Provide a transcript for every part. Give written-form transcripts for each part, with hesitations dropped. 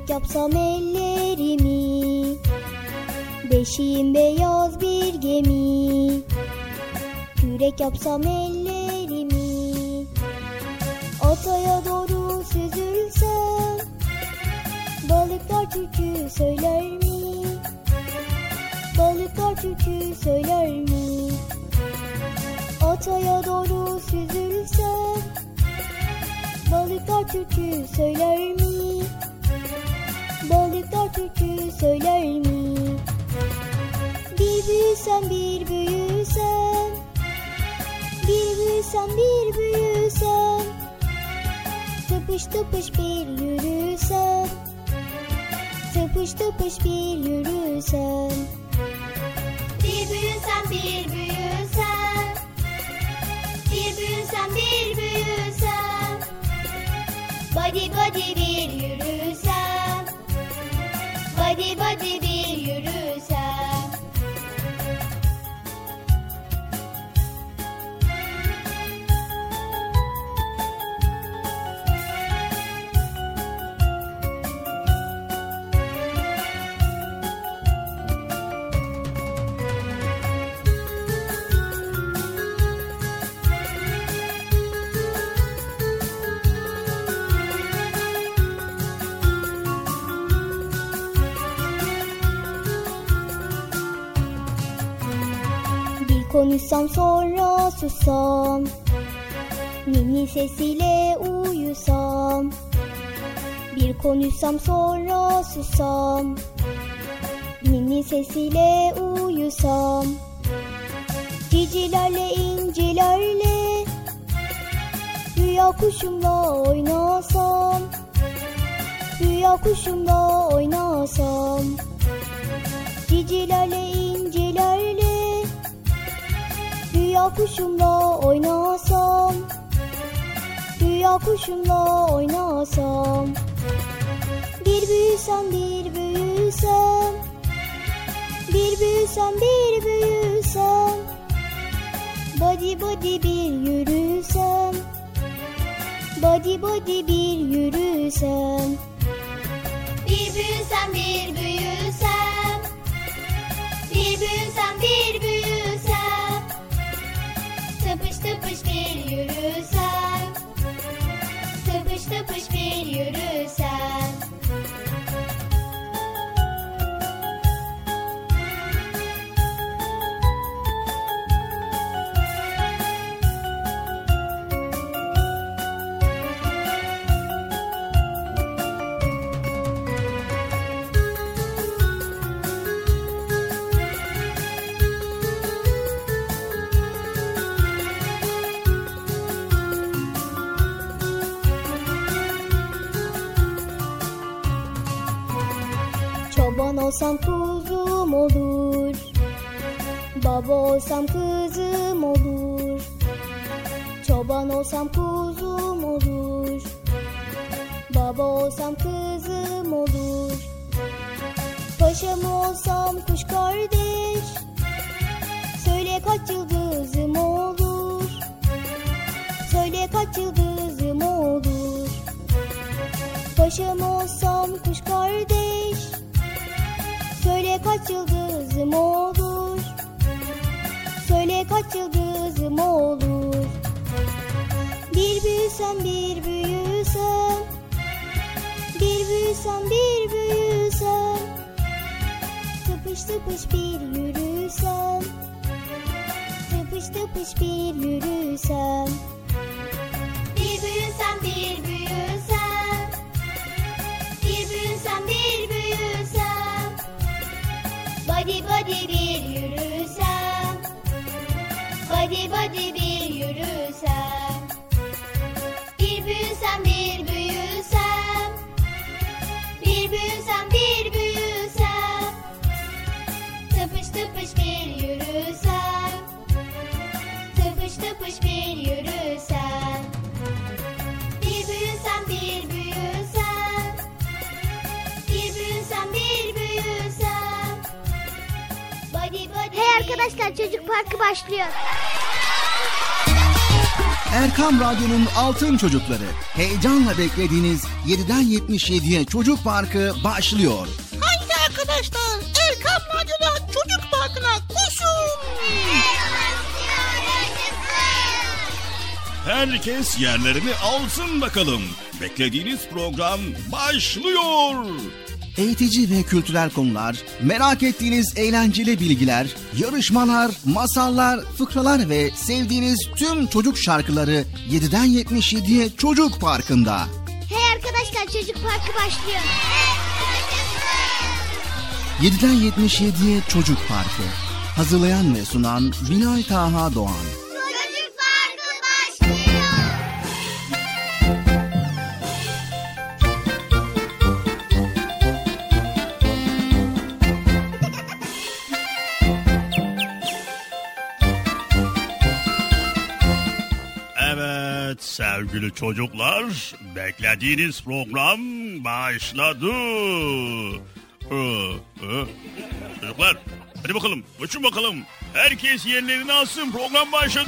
Yürek yapsam ellerimi, beşiğim beyaz bir gemi. Yürek yapsam ellerimi, ataya doğru süzülsem, balıklar türkü söyler mi? Balıklar türkü söyler mi? Ataya doğru süzülsem, balıklar türkü söyler mi? Balıklar türkü söyler mi? Bir büyüsem bir büyüsem, bir büyüsem bir büyüsem, tıpış tıpış bir yürüsem, tıpış tıpış bir yürüsem. Bir büyüsem bir büyüsem, bir büyüsem bir büyüsem, body body bir yürüsem, body body bir yürüsem. Konuşsam sonra susam, ninni sesiyle uyusam. Bir konuşsam sonra susam, ninni sesiyle uyusam. Cicilerle incilerle, rüya kuşumla oynasam, rüya kuşumla oynasam. Cicilerle incilerle, rüya kuşumla oynasam, rüya kuşumla oynasam. Bir büyüsem bir büyüsem, bir büyüsem bir büyüsem, body body bir yürüsem, body body bir yürüsem. Bir büyüsem bir büyüsem, bir büyüsem bir büyüsem, tıpış tıpış bir yürüsem, tıpış tıpış bir yürüsem. Çoban olsam kuzum olur, baba olsam kızım olur. Çoban olsam kuzum olur, baba olsam kızım olur. Paşam olsam kuş kardeş, söyle kaç yıldızım olur, söyle kaç yıldızım olur. Paşam olsam kuş kardeş, söyle kaç yıldızım olur, söyle kaç yıldızım olur. Bir büyüsem bir büyüsem, bir büyüsem bir büyüsem, tıpış tıpış bir yürüsem, tıpış tıpış bir yürüsem. Bir büyüsem bir büyüsem, bir büyüsem bir büyüsem, body body bir yürüsem, body body bir yürüsem. Bir büyüsem bir büyüsem, bir büyüsem bir büyüsem, tıpış tıpış bir yürüsem, tıpış tıpış bir yürüsem. Bir büyüsem bir büyüsem, bir büyüsem bir büyüsem, body body. Hey arkadaşlar, çocuk parkı başlıyor. Erkam Radyo'nun Altın Çocukları. Heyecanla beklediğiniz 7'den 77'ye Çocuk Parkı başlıyor. Haydi arkadaşlar, Erkam Radyo'da Çocuk Parkı'na koşun. Herkes yerlerini alsın bakalım. Beklediğiniz program başlıyor. Eğitici ve kültürel konular, merak ettiğiniz eğlenceli bilgiler, yarışmalar, masallar, fıkralar ve sevdiğiniz tüm çocuk şarkıları 7'den 77'ye Çocuk Parkı'nda. Hey arkadaşlar, Çocuk Parkı başlıyor. 7'den 77'ye Çocuk Parkı. Hazırlayan ve sunan Vinay Taha Doğan. Çocuk Parkı başlıyor. Evet sevgili çocuklar, beklediğiniz program başladı. Çocuklar hadi bakalım, koşun bakalım. Herkes yerlerini alsın, program başladı.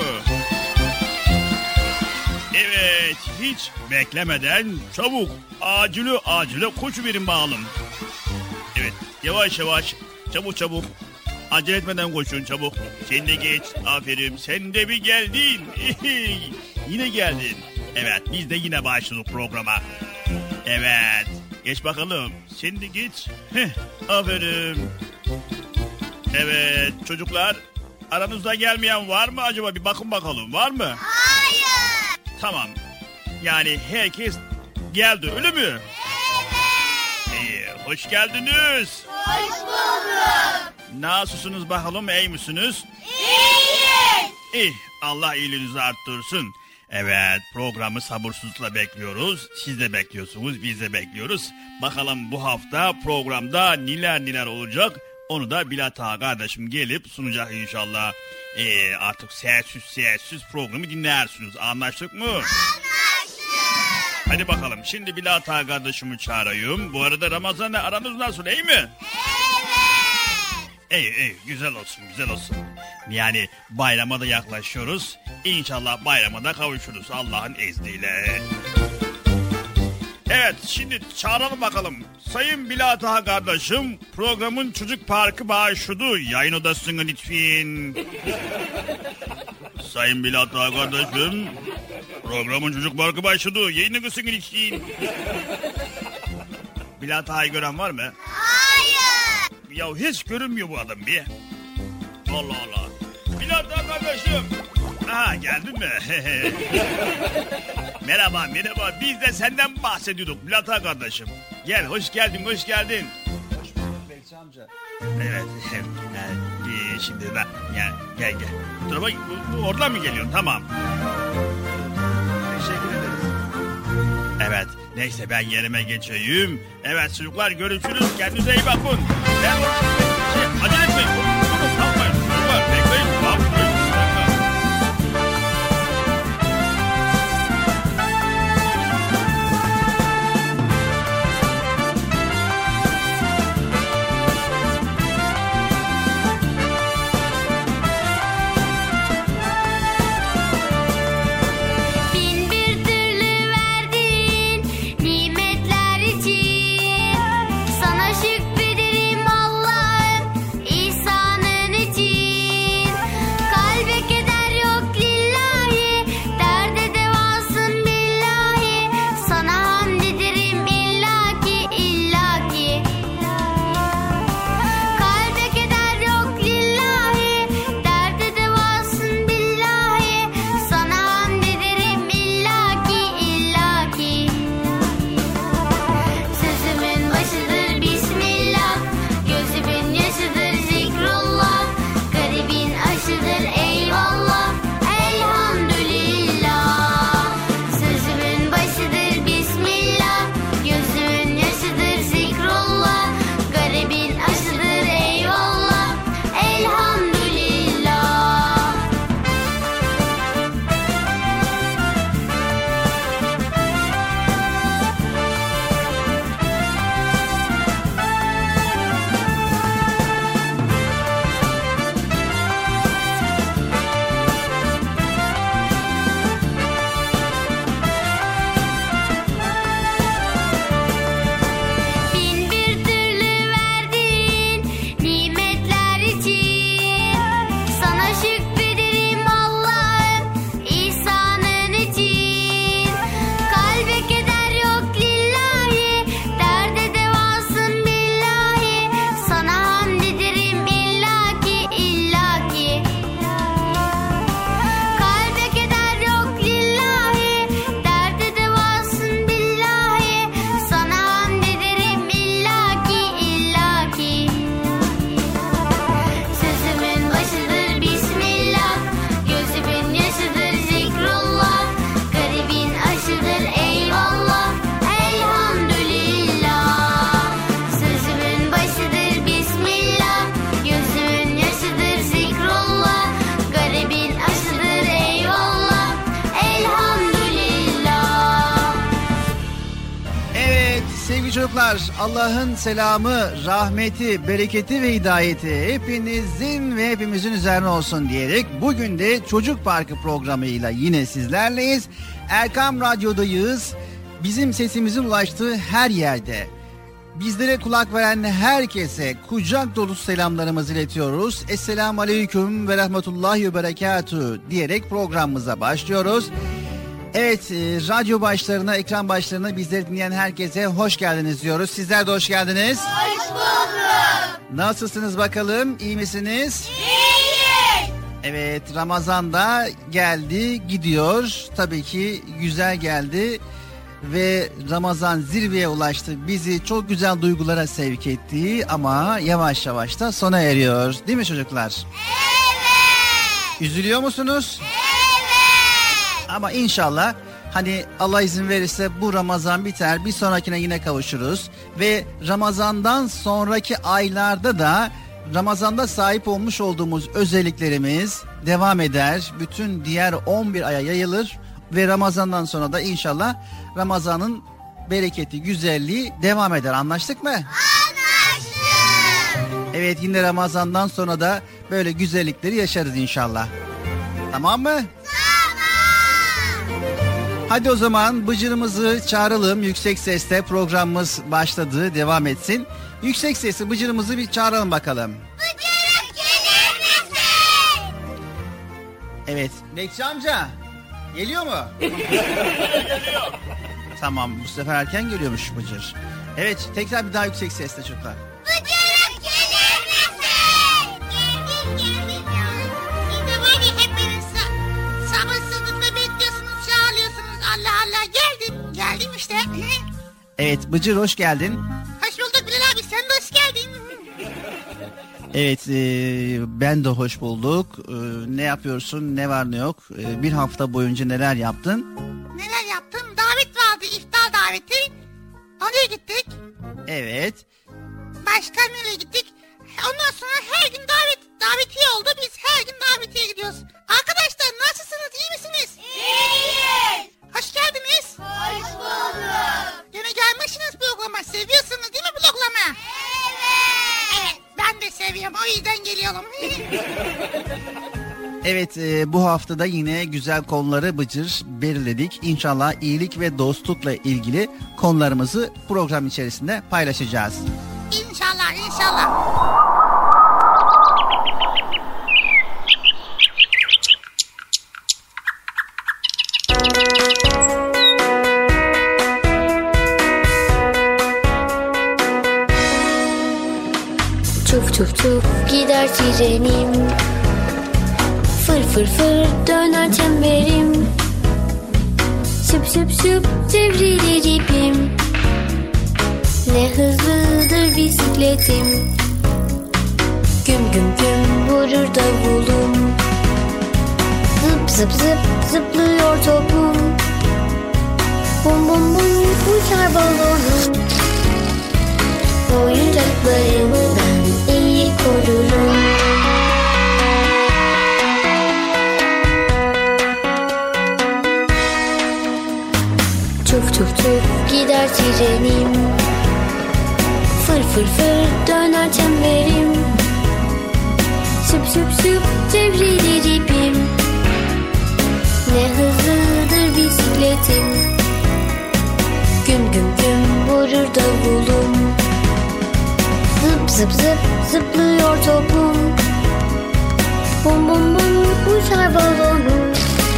Evet, hiç beklemeden çabuk acele koşuverin bakalım. Evet, yavaş yavaş, çabuk. Acele etmeden koşun çabuk. Sen de geç. Aferin. Sen de bir geldin. Yine geldin. Evet, biz de yine başladık programa. Evet. Geç bakalım. Sen de geç. Aferin. Evet çocuklar. Aranızda gelmeyen var mı acaba? Bir bakın bakalım. Var mı? Hayır. Tamam. Yani herkes geldi öyle mi? Evet. İyi. Hoş geldiniz. Hoş bulduk. Nasılsınız bakalım, iyi misiniz? İyiyiz. İyi, Allah iyiliğinizi arttırsın. Evet, programı sabırsızlıkla bekliyoruz. Siz de bekliyorsunuz, biz de bekliyoruz. Bakalım bu hafta programda neler olacak, onu da Bilat Ağa kardeşim gelip sunacak inşallah. Artık sessiz programı dinlersiniz. Anlaştık mı? Anlaştık. Hadi bakalım, şimdi Bilat Ağa kardeşimi çağırayım. Bu arada Ramazan'la aranız nasıl, iyi mi? İyi, güzel olsun. Yani bayrama da yaklaşıyoruz. İnşallah bayrama da kavuşuruz Allah'ın izniyle. Evet, şimdi çağıralım bakalım. Sayın Bilat Ağa kardeşim, programın Çocuk Parkı başladı. Yayın odasına lütfen. Sayın Bilat Ağa kardeşim, programın Çocuk Parkı başladı. Yayın odasına lütfen. Bilat Ağa'yı gören var mı? Ya hiç görünmüyor bu adam bir. Allah. Bilat Ağa kardeşim. Aha, geldin mi? Merhaba. Biz de senden bahsediyorduk Bilat Ağa kardeşim. Gel, hoş geldin. Hoş bulduk Bekçi amca. Evet. Şimdi ben gel. Dur bak, oradan mı geliyorsun? Tamam. Teşekkür ederiz. Evet. Neyse, ben yerime geçeyim. Evet çocuklar, görüşürüz. Kendinize iyi bakın. Acele etmeyin. Durun, kalkmayın. Çocuklar bekleyin. Sana şükrederim Allah'ım, İsa çocuklar, Allah'ın selamı, rahmeti, bereketi ve hidayeti hepinizin ve hepimizin üzerine olsun diyerek bugün de Çocuk Parkı programıyla yine sizlerleyiz. Erkam Radyo'dayız. Bizim sesimizin ulaştığı her yerde bizlere kulak veren herkese kucak dolusu selamlarımızı iletiyoruz. Esselamu Aleyküm ve Rahmetullahi ve Berekatuhu diyerek programımıza başlıyoruz. Evet, radyo başlarına, ekran başlarına bizleri dinleyen herkese hoş geldiniz diyoruz. Sizler de hoş geldiniz. Hoş bulduk. Nasılsınız bakalım, iyi misiniz? İyiyiz. Evet, Ramazan da geldi, gidiyor. Tabii ki güzel geldi ve Ramazan zirveye ulaştı. Bizi çok güzel duygulara sevk etti ama yavaş yavaş da sona eriyor. Değil mi çocuklar? Evet. Üzülüyor musunuz? Evet. Ama inşallah hani Allah izin verirse bu Ramazan biter, bir sonrakine yine kavuşuruz ve Ramazan'dan sonraki aylarda da Ramazan'da sahip olmuş olduğumuz özelliklerimiz devam eder. Bütün diğer 11 aya yayılır ve Ramazan'dan sonra da inşallah Ramazan'ın bereketi, güzelliği devam eder. Anlaştık mı? Anlaştık. Evet, yine Ramazan'dan sonra da böyle güzellikleri yaşarız inşallah. Tamam mı? Hadi o zaman Bıcır'ımızı çağıralım. Yüksek sesle programımız başladı. Devam etsin. Yüksek sesle Bıcır'ımızı bir çağıralım bakalım. Bıcırık gelir misin? Evet. Bekçi amca. Geliyor mu? Tamam, bu sefer erken geliyormuş Bıcır. Evet, tekrar bir daha yüksek sesle çocuklar. Bıcırık gelir misin? Geldim. Siz de var ya hep beni sabırsızlıkla bekliyorsunuz, çağırıyorsunuz. Allah Allah, geldim işte. Evet, Bıcır hoş geldin. Hoş bulduk Bilal abi, sen de hoş geldin. Evet, ben de hoş bulduk. Ne yapıyorsun, ne var ne yok? Bir hafta boyunca neler yaptın? Neler yaptım? Davet vardı, iftar daveti. Oraya gittik. Evet. Başka nereye gittik? Ondan sonra her gün davetiye oldu. Biz her gün davetiye gidiyoruz. Arkadaşlar nasılsınız, iyi misiniz? İyiyiz. Hoş geldiniz. Hoş bulduk. Yine gelmişsiniz programa. Seviyorsunuz değil mi programı? Evet, ben de seviyorum. O yüzden geliyorum. Evet, bu haftada yine güzel konuları Bıcır belirledik. İnşallah iyilik ve dostlukla ilgili konularımızı program içerisinde paylaşacağız. İnşallah. Çuf çuf çuf gider trenim, fır fır fır döner çemberim, süp süp süp devrilir ipim, ne hızlıdır bisikletim, güm güm güm vurur davulum, zıp zıp zıp zıplıyor topum, bum bum bum uçar balonum. Oyuncaklarımı ben iyi korurum. Çuf çuf çuf gider trenim, fır fır fır döner çemberim, süp süp süp devrilir ipim, ne hızlıdır bisikletim, güm güm güm vurur davulum, zıp zıp zıp zıplıyor topum, bum bum bum uçar balonum.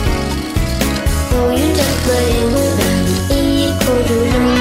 Oyuncaklarımı ben iyi korurum.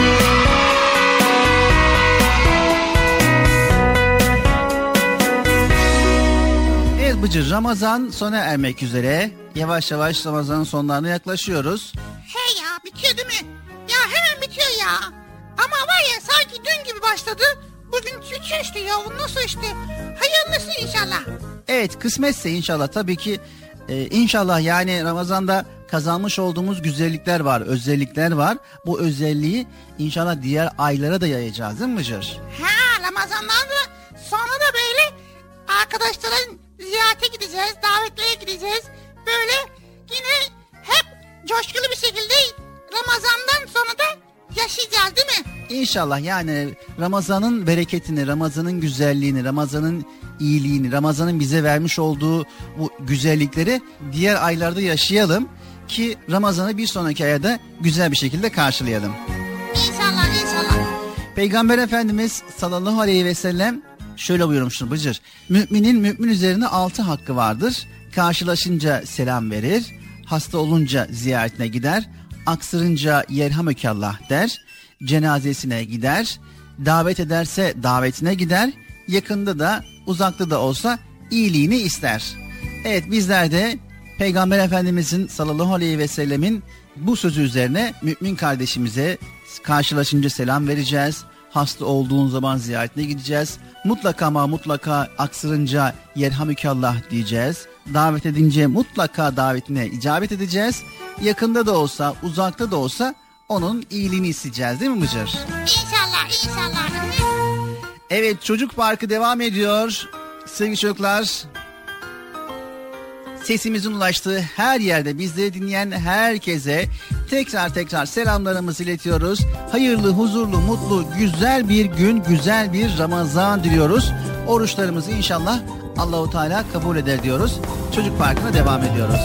Evet Bıcır, Ramazan sona ermek üzere. Yavaş yavaş Ramazan'ın sonlarına yaklaşıyoruz. Hey ya, bitiyor değil mi? Ya hemen bitiyor ya. Ama var ya, sanki dün gibi başladı. Bugün üçü ya, bu nasıl işte? Hayırlısı inşallah. Evet, kısmetse inşallah tabii ki inşallah, yani Ramazan'da kazanmış olduğumuz güzellikler var, özellikler var. Bu özelliği inşallah diğer aylara da yayacağız değil mi Bıcır? Ha, Ramazan'dan da sonra da böyle arkadaşların ziyarete gideceğiz, davetlere gideceğiz. Böyle yine hep coşkulu bir şekilde Ramazan'dan sonra da yaşayacağız değil mi? İnşallah yani Ramazan'ın bereketini, Ramazan'ın güzelliğini, Ramazan'ın iyiliğini, Ramazan'ın bize vermiş olduğu bu güzellikleri diğer aylarda yaşayalım ki Ramazan'ı bir sonraki ayda güzel bir şekilde karşılayalım. İnşallah inşallah. Peygamber Efendimiz sallallahu aleyhi ve sellem şöyle buyurmuştur Bıcır. Müminin mümin üzerine 6 hakkı vardır. Karşılaşınca selam verir, hasta olunca ziyaretine gider, aksırınca yerhamükallah der, cenazesine gider, davet ederse davetine gider, yakında da uzakta da olsa iyiliğini ister. Evet, bizler de Peygamber Efendimizin sallallahu aleyhi ve sellemin bu sözü üzerine mümin kardeşimize karşılaşınca selam vereceğiz. Hasta olduğun zaman ziyaretine gideceğiz. Mutlaka ama mutlaka aksırınca yerhamükallah diyeceğiz. Davet edince mutlaka davetine icabet edeceğiz. Yakında da olsa, uzakta da olsa onun iyiliğini isteyeceğiz, değil mi Mıcır? İnşallah inşallah. Evet, Çocuk Parkı devam ediyor. Sevgili çocuklar, sesimizin ulaştığı her yerde bizleri dinleyen herkese tekrar selamlarımızı iletiyoruz. Hayırlı, huzurlu, mutlu, güzel bir gün, güzel bir Ramazan diliyoruz. Oruçlarımızı inşallah Allahu Teala kabul eder diyoruz. Çocuk Parkı'na devam ediyoruz.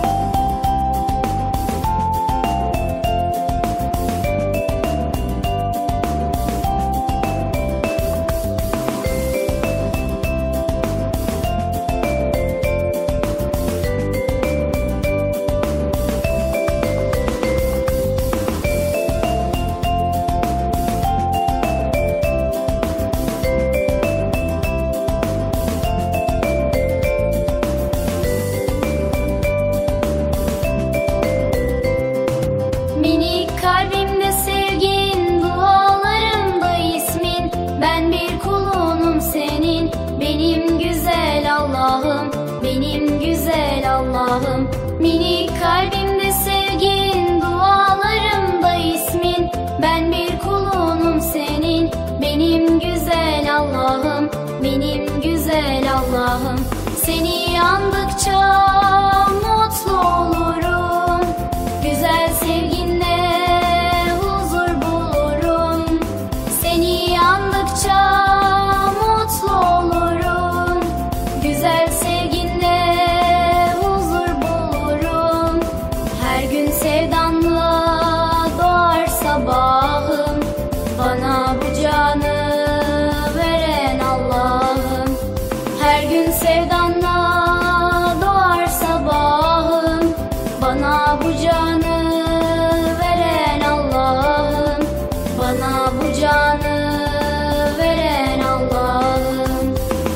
Minik kalbimde sevgin, dualarımda ismin. Ben bir kulunum senin, benim güzel Allah'ım, benim güzel Allah'ım. Seni andıkça mutlu olurum, güzel sevginle huzur bulurum. Seni andıkça mutlu olurum, güzel sevginle huzur bulurum. Her gün sevdanla doğar sabahım, bana bu canı veren Allah'ım. Her gün sevdanla doğar sabahım, bana bu canı veren Allah'ım, bana bu canı veren Allah'ım.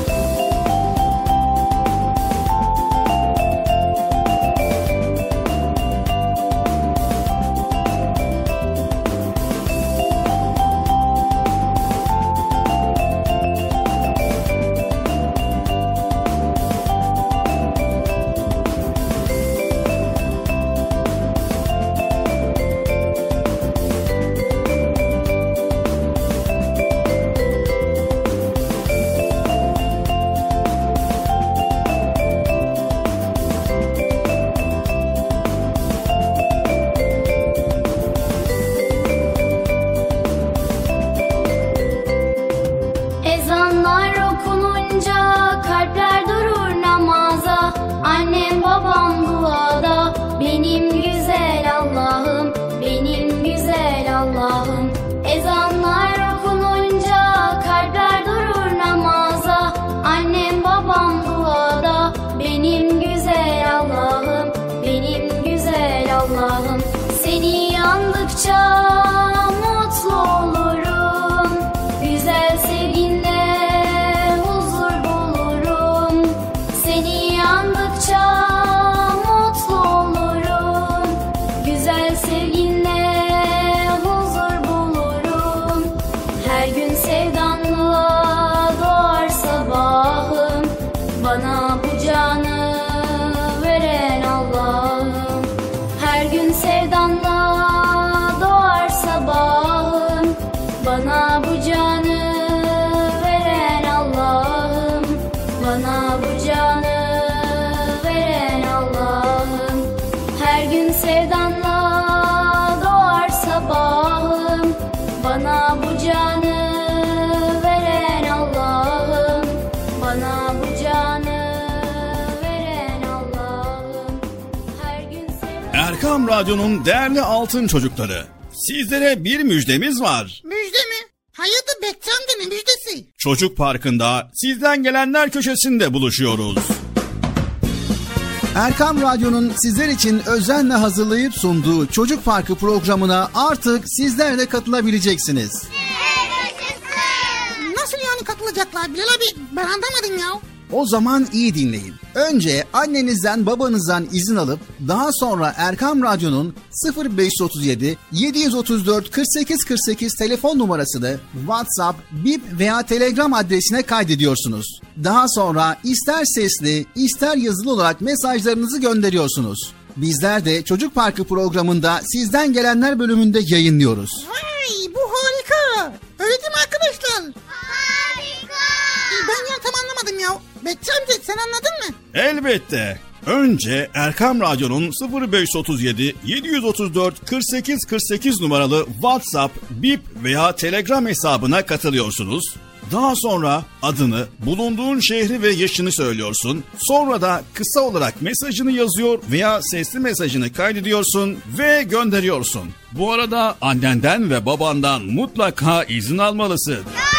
Ezanlar okununca kalpler durur namaza. Annem babam duada, benim güzel Allah'ım, benim güzel Allah'ım. Ezanlar okununca kalpler durur namaza. Annem babam duada, benim güzel Allah'ım, benim güzel Allah'ım. Seni andıkça mutlu olurum, güzel sevginle huzur bulurum. Seni andıkça mutlu olurum, güzel sevginle huzur bulurum. Her gün sevdanla doğar sabahım, bana bu canı veren Allah'ım. Her gün sevdanla doğar sabahım, bana bu canı veren Allah'ım, bana bu canı veren Erkam Radyo'nun değerli altın çocukları, sizlere bir müjdemiz var. Müjde mi? Hayırdır Bekçi amca, ne müjdesi? Çocuk Parkı'nda sizden gelenler köşesinde buluşuyoruz. Erkam Radyo'nun sizler için özenle hazırlayıp sunduğu Çocuk Parkı programına artık sizler de katılabileceksiniz. Nasıl yani katılacaklar Bilal abi? Ben anlamadım ya. O zaman iyi dinleyin. Önce annenizden babanızdan izin alıp daha sonra Erkam Radyo'nun 0537 734 48 48 telefon numarasını WhatsApp, Bip veya Telegram adresine kaydediyorsunuz. Daha sonra ister sesli ister yazılı olarak mesajlarınızı gönderiyorsunuz. Bizler de Çocuk Parkı programında sizden gelenler bölümünde yayınlıyoruz. Vay, bu harika. Öyle değil mi arkadaşlar? Harika. Ben ya tam anlamadım ya. Bekçi amca sen anladın mı? Elbette. Önce Erkam Radyo'nun 0537 734 48 48 numaralı WhatsApp, Bip veya Telegram hesabına katılıyorsunuz. Daha sonra adını, bulunduğun şehri ve yaşını söylüyorsun. Sonra da kısa olarak mesajını yazıyor veya sesli mesajını kaydediyorsun ve gönderiyorsun. Bu arada annenden ve babandan mutlaka izin almalısın.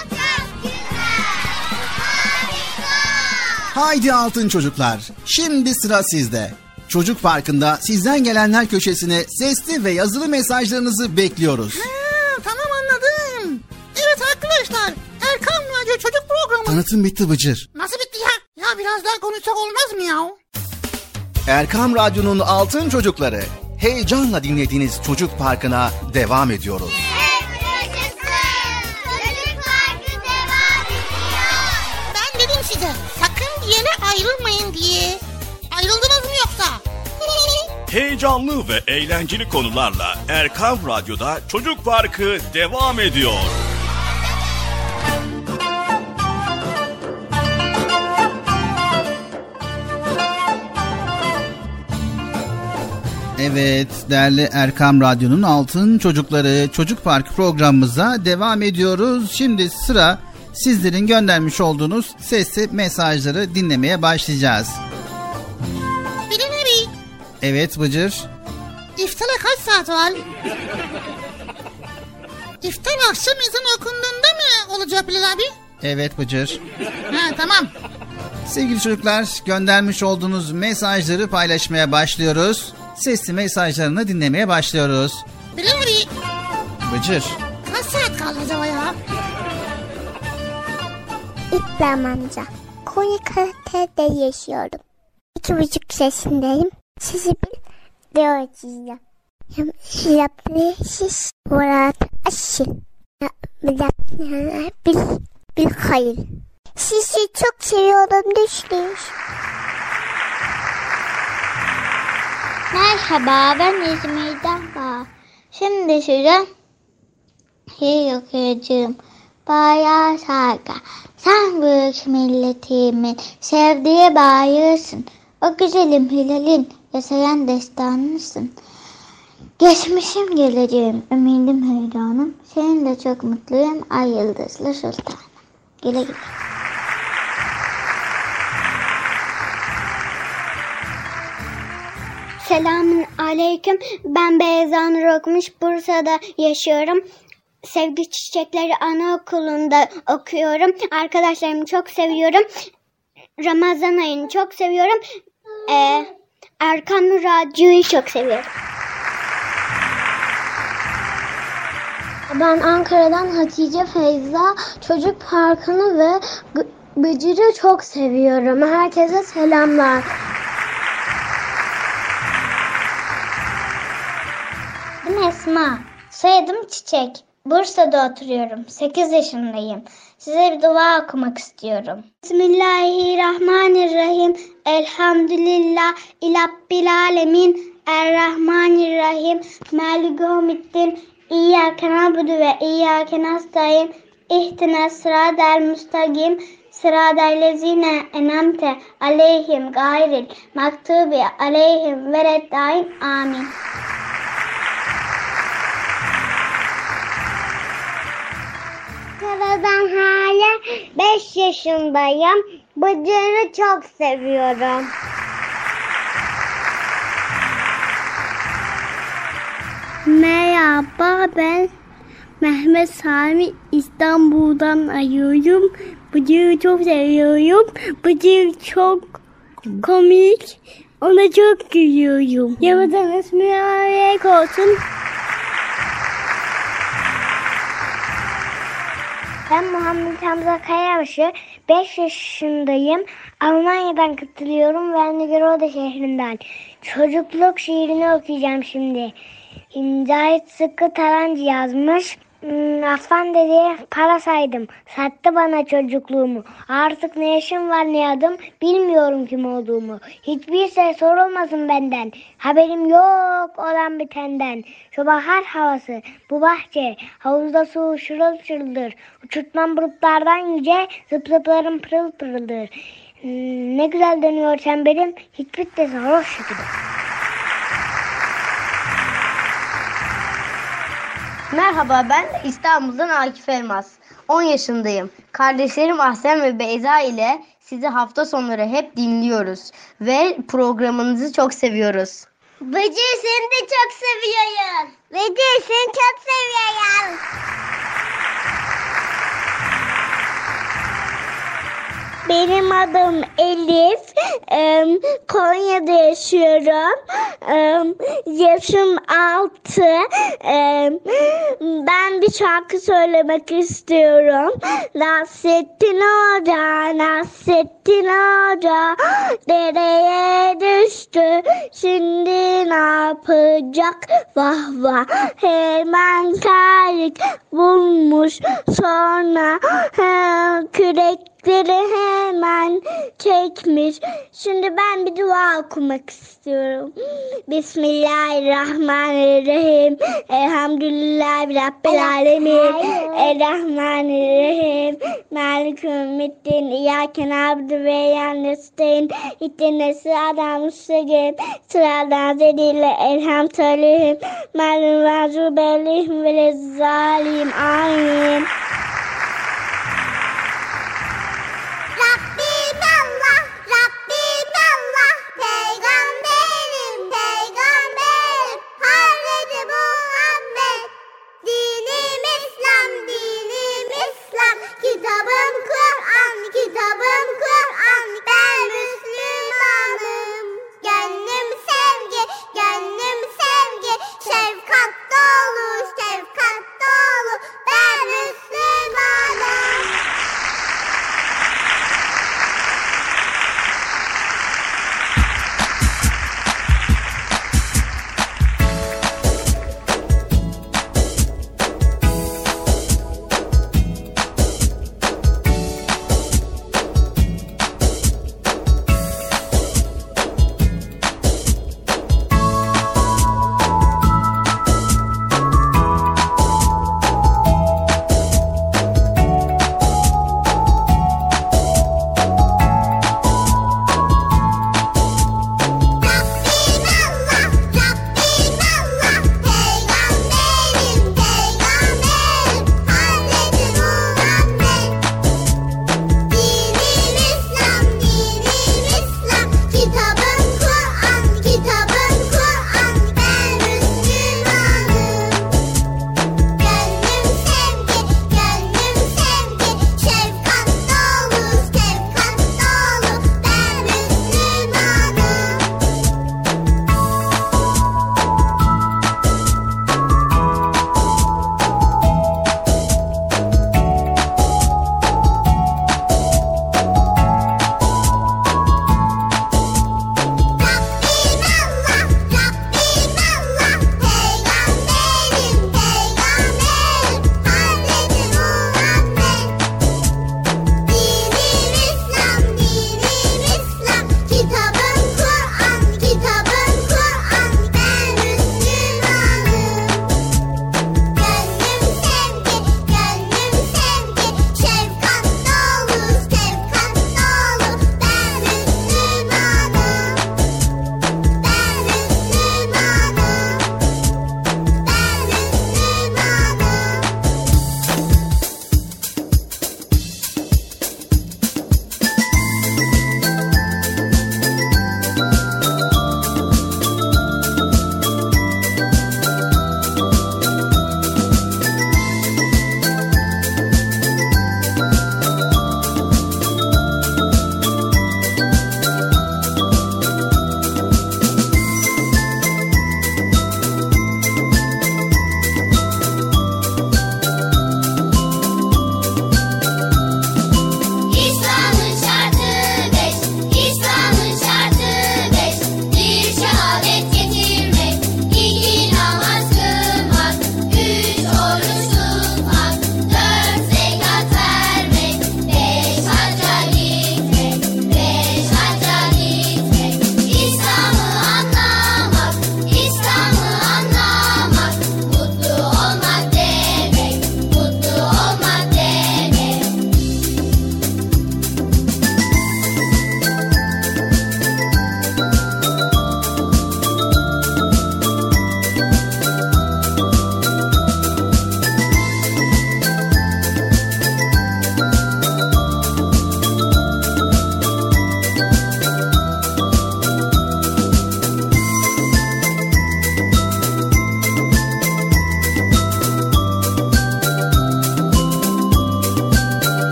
Haydi altın çocuklar, şimdi sıra sizde. Çocuk Parkı'nda sizden gelenler köşesine sesli ve yazılı mesajlarınızı bekliyoruz. Tamam anladım. Evet arkadaşlar, Erkam Radyo Çocuk Programı. Tanıtım bitti Bıcır. Nasıl bitti ya? Ya biraz daha konuşsak olmaz mı ya? Erkam Radyo'nun altın çocukları, heyecanla dinlediğiniz Çocuk Parkı'na devam ediyoruz. Çocuk Parkı devam ediyor. Ben dedim size, sakın bir yere ayrılmayın diye. Ayrıldınız mı yoksa? Heyecanlı ve eğlenceli konularla Erkam Radyo'da Çocuk Parkı devam ediyor. Evet, değerli Erkam Radyo'nun altın çocukları Çocuk Parkı programımıza devam ediyoruz. Şimdi sıra sizlerin göndermiş olduğunuz sesli mesajları dinlemeye başlayacağız. Bilal abi, Evet Bıcır. iftara kaç saat var? İftar akşam ezan okunduğunda mı olacak Bilal abi? Evet Bıcır. Ha tamam. Sevgili çocuklar, göndermiş olduğunuz mesajları paylaşmaya başlıyoruz. Sesli mesajlarını dinlemeye başlıyoruz. Bilal abi, Bıcır. kaç saat kaldı acaba ya? İbrahim amca. Konya Karatepe'de yaşıyorum. 2,5 yaşındayım. Sizi bekliyorum. Yapmışız Murat Aşın. Bir hayır. Sizi çok seviyorum düştünüz. Merhaba, ben İzmir'den Bahar. Şimdi size şiir okuyacağım. Bayağı Sarga, sen büyük milletimin sevdiği bayırsın. O güzelim Hilal'in yaşayan destanısın. Geçmişim geleceğim, ümidim heyranım. Seninle çok mutluyum, ay yıldızlı sultanım. Güle güle. Selamun aleyküm. Ben Beyza Nur Okumuş. Bursa'da yaşıyorum. Sevgi Çiçekleri Anaokulu'nda okuyorum. Arkadaşlarımı çok seviyorum. Ramazan ayını çok seviyorum. Erkam Radyo'yu çok seviyorum. Ben Ankara'dan Hatice Feyza. Çocuk Parkı'nı ve Bıcır'ı çok seviyorum. Herkese selamlar. Adım Esma. Soyadım Çiçek. Bursa'da oturuyorum. 8 yaşındayım. Size bir dua okumak istiyorum. Bismillahirrahmanirrahim. Elhamdülillah. İlabbil alemin. Errahmanirrahim. Malik yevmiddin. İyyâke na'budu ve iyyâke nestaîn. İhdina sıratal müstakîm. Sıratal lezîne en'amte aleyhim gayril mağdubi aleyhim veleddâin. Amin. Ben hala 5 yaşındayım. Bıcır'ı çok seviyorum. Merhaba, ben Mehmet Sami İstanbul'dan arıyorum. Bıcır'ı çok seviyorum. Bıcır çok komik. Ona çok gülüyorum. Yavaşınız mübarek olsun. Ben Muhammed Hamza Kayabaşı, 5 yaşındayım. Almanya'dan katılıyorum. Wernigerode şehrinden. Çocukluk şiirini okuyacağım şimdi. Cahit Sıtkı Tarancı yazmış. Affan dediği para saydım. Sattı bana çocukluğumu. Artık ne yaşım var ne adım. Bilmiyorum kim olduğumu. Hiçbir şey sorulmasın benden. Haberim yok olan bitenden. Şu bahar havası, bu bahçe. Havuzda su şırıl şırıldır. Uçurtmam bulutlardan yüce. Zıp zıplarım pırıl pırıldır. Ne güzel dönüyor çemberim. Hiç bitmesi hoş gibi. Merhaba, ben İstanbul'dan Akif Elmas. 10 yaşındayım. Kardeşlerim Ahsen ve Beyza ile sizi hafta sonları hep dinliyoruz ve programınızı çok seviyoruz. Bıcır, seni de çok seviyorum. Bıcır, seni çok seviyorum. Benim adım Elif. Konya'da yaşıyorum. Yaşım 6. Ben bir şarkı söylemek istiyorum. Nasrettin Hoca, Nasrettin Hoca dereye düştü. Şimdi ne yapacak? Vah vah. Hemen kayık bulmuş. Sonra kürekleri hemen çekmiş. Şimdi ben bir dua okumak istiyorum. Bismillahirrahmanirrahim. Elhamdülillahi Rabbil alemin. Errahmanirrahim. Malikümiddin. İyyâke na'budu ve iyyâke nestaîn. İhdina sıratal müstakîm. Sıratal lezîne en'amte aleyhim. Ghayril mağdûbi aleyhim ve lezzâlim. Amin. Rabbim Allah, Rabbim Allah, peygamberim, peygamberim, Hazreti Muhammed. Dinim İslam, dinim İslam, kitabım Kur'an, kitabım Kur'an. Ben Müslümanım, gönlüm sevgi, gönlüm sevgi, şefkat dolu, şefkat dolu. Ben Müslümanım.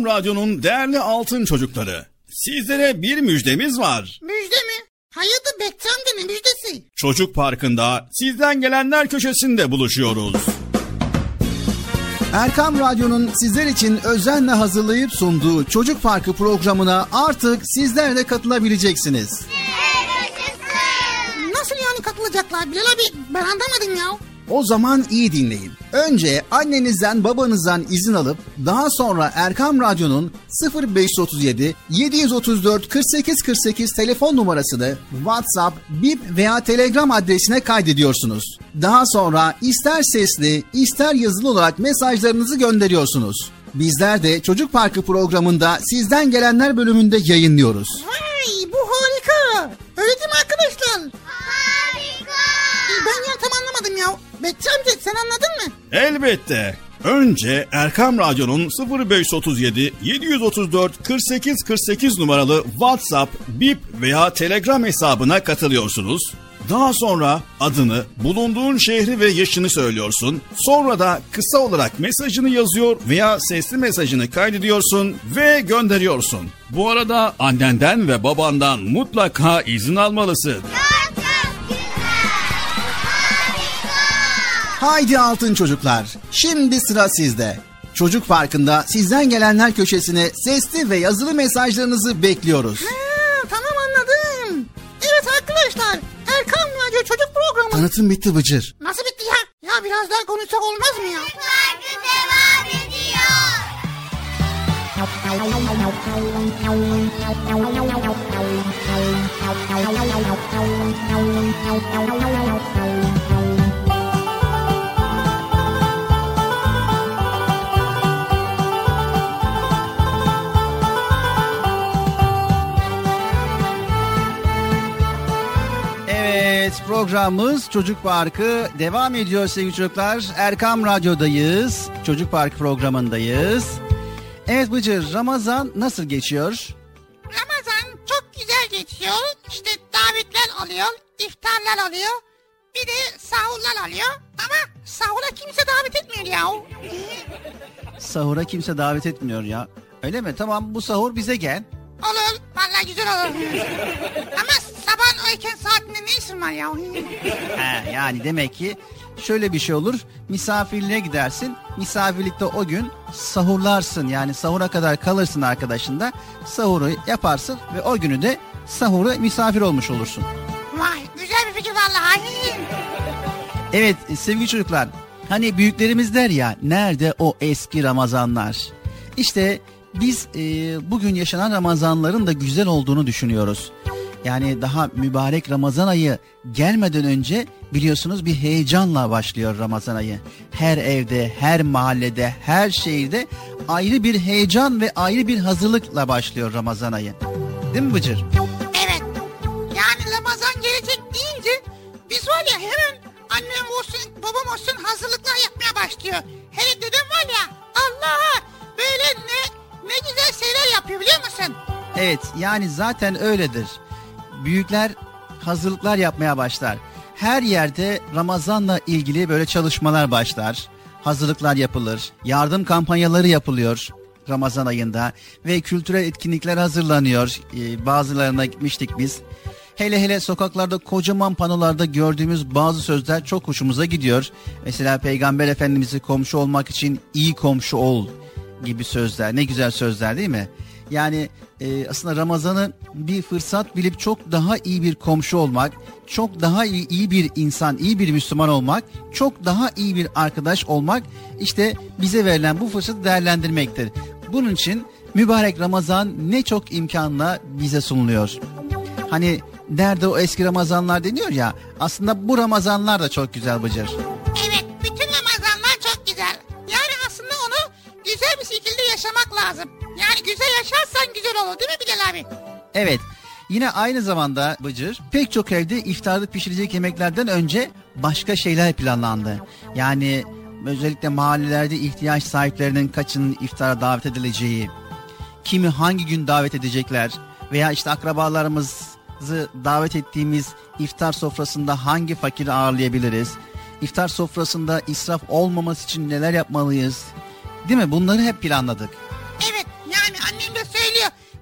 Radyo'nun değerli altın çocukları, sizlere bir müjdemiz var. Müjde mi? Hayırdır Bekçi amca, ne müjdesi? Çocuk Parkı'nda sizden gelenler köşesinde buluşuyoruz. Erkam Radyo'nun sizler için özenle hazırlayıp sunduğu Çocuk Parkı programına artık sizler de katılabileceksiniz. Nasıl yani katılacaklar Bilal abi? Ben anlamadım ya. O zaman iyi dinleyin. Önce annenizden babanızdan izin alıp daha sonra Erkam Radyo'nun 0537 734 48 48 telefon numarasını WhatsApp, Bip veya Telegram adresine kaydediyorsunuz. Daha sonra ister sesli ister yazılı olarak mesajlarınızı gönderiyorsunuz. Bizler de Çocuk Parkı programında sizden gelenler bölümünde yayınlıyoruz. Vay, bu harika. Öyle değil mi arkadaşlar? Harika. Ben ya tam anlamadım ya. Bekçi amca sen anladın mı? Elbette. Önce Erkam Radyo'nun 0537 734 48 48 numaralı WhatsApp, Bip veya Telegram hesabına katılıyorsunuz. Daha sonra adını, bulunduğun şehri ve yaşını söylüyorsun. Sonra da kısa olarak mesajını yazıyor veya sesli mesajını kaydediyorsun ve gönderiyorsun. Bu arada annenden ve babandan mutlaka izin almalısın. Haydi altın çocuklar, şimdi sıra sizde. Çocuk Parkı'nda sizden gelenler köşesine sesli ve yazılı mesajlarınızı bekliyoruz. Tamam anladım. Evet arkadaşlar, Erkam Radyo Çocuk Programı. Tanıtım bitti Bıcır. Nasıl bitti ya? Ya biraz daha konuşsak olmaz mı ya? Parkı devam ediyor. Evet, programımız Çocuk Parkı devam ediyor sevgili çocuklar. Erkam Radyo'dayız. Çocuk Parkı programındayız. Evet Bıcır, Ramazan nasıl geçiyor? Ramazan çok güzel geçiyor. İşte davetler oluyor, iftarlar oluyor. Bir de sahurlar oluyor. Ama sahura kimse davet etmiyor ya. Sahura kimse davet etmiyor ya. Öyle mi? Tamam, bu sahur bize gel. Olur, vallahi güzel olur. Ama sabahın o erken saatinde ne işin var ya? Yani demek ki şöyle bir şey olur. Misafirliğe gidersin. Misafirlikte o gün sahurlarsın. Yani sahura kadar kalırsın arkadaşında. Sahuru yaparsın ve o günü de sahura misafir olmuş olursun. Vay, güzel bir fikir vallahi. Evet sevgili çocuklar. Hani büyüklerimiz der ya, nerede o eski Ramazanlar? İşte biz bugün yaşanan Ramazanların da güzel olduğunu düşünüyoruz. Yani daha mübarek Ramazan ayı gelmeden önce biliyorsunuz bir heyecanla başlıyor Ramazan ayı. Her evde, her mahallede, her şehirde ayrı bir heyecan ve ayrı bir hazırlıkla başlıyor Ramazan ayı. Değil mi Bıcır? Evet. Yani Ramazan gelecek deyince biz var ya hemen annem olsun, babam olsun hazırlıklar yapmaya başlıyor. Hele dedem var ya, Allah'a böyle ne güzel şeyler yapıyor biliyor musun? Evet, yani zaten öyledir. Büyükler hazırlıklar yapmaya başlar. Her yerde Ramazan'la ilgili böyle çalışmalar başlar. Hazırlıklar yapılır. Yardım kampanyaları yapılıyor Ramazan ayında. Ve kültürel etkinlikler hazırlanıyor. Bazılarına gitmiştik biz. Hele sokaklarda kocaman panolarda gördüğümüz bazı sözler çok hoşumuza gidiyor. Mesela Peygamber Efendimiz'i komşu olmak için iyi komşu ol gibi sözler. Ne güzel sözler değil mi? Yani aslında Ramazan'ı bir fırsat bilip çok daha iyi bir komşu olmak, çok daha iyi bir insan, iyi bir Müslüman olmak, çok daha iyi bir arkadaş olmak, işte bize verilen bu fırsatı değerlendirmektir. Bunun için mübarek Ramazan ne çok imkanla bize sunuluyor. Hani nerede o eski Ramazanlar deniyor ya, aslında bu Ramazanlar da çok güzel Bıcır. Evet, bütün Ramazanlar çok güzel. Yani aslında onu güzel bir şekilde yaşamak lazım. Yani güzel yaşarsan güzel olur değil mi Bilal abi? Evet. Yine aynı zamanda Bıcır, pek çok evde iftarda pişirecek yemeklerden önce başka şeyler planlandı. Yani özellikle mahallelerde ihtiyaç sahiplerinin kaçının iftara davet edileceği, kimi hangi gün davet edecekler veya işte akrabalarımızı davet ettiğimiz iftar sofrasında hangi fakiri ağırlayabiliriz? İftar sofrasında israf olmaması için neler yapmalıyız? Değil mi? Bunları hep planladık. Evet, yani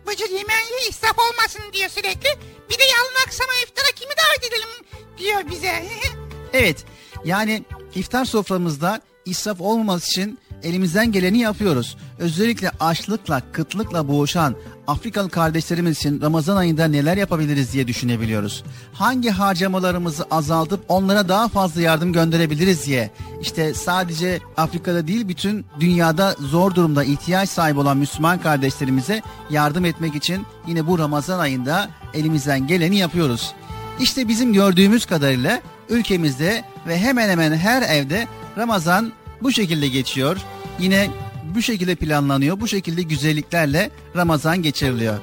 Bıcır yemeğinde israf olmasın diyor sürekli. Bir de yarın akşama iftara kimi davet edelim diyor bize. Evet, yani iftar soframızda israf olmaması için elimizden geleni yapıyoruz. Özellikle açlıkla, kıtlıkla boğuşan Afrikalı kardeşlerimiz için Ramazan ayında neler yapabiliriz diye düşünebiliyoruz. Hangi harcamalarımızı azaltıp onlara daha fazla yardım gönderebiliriz diye. İşte sadece Afrika'da değil, bütün dünyada zor durumda ihtiyaç sahibi olan Müslüman kardeşlerimize yardım etmek için yine bu Ramazan ayında elimizden geleni yapıyoruz. İşte bizim gördüğümüz kadarıyla ülkemizde ve hemen hemen her evde Ramazan bu şekilde geçiyor. Yine bu şekilde planlanıyor. Bu şekilde güzelliklerle Ramazan geçiriliyor.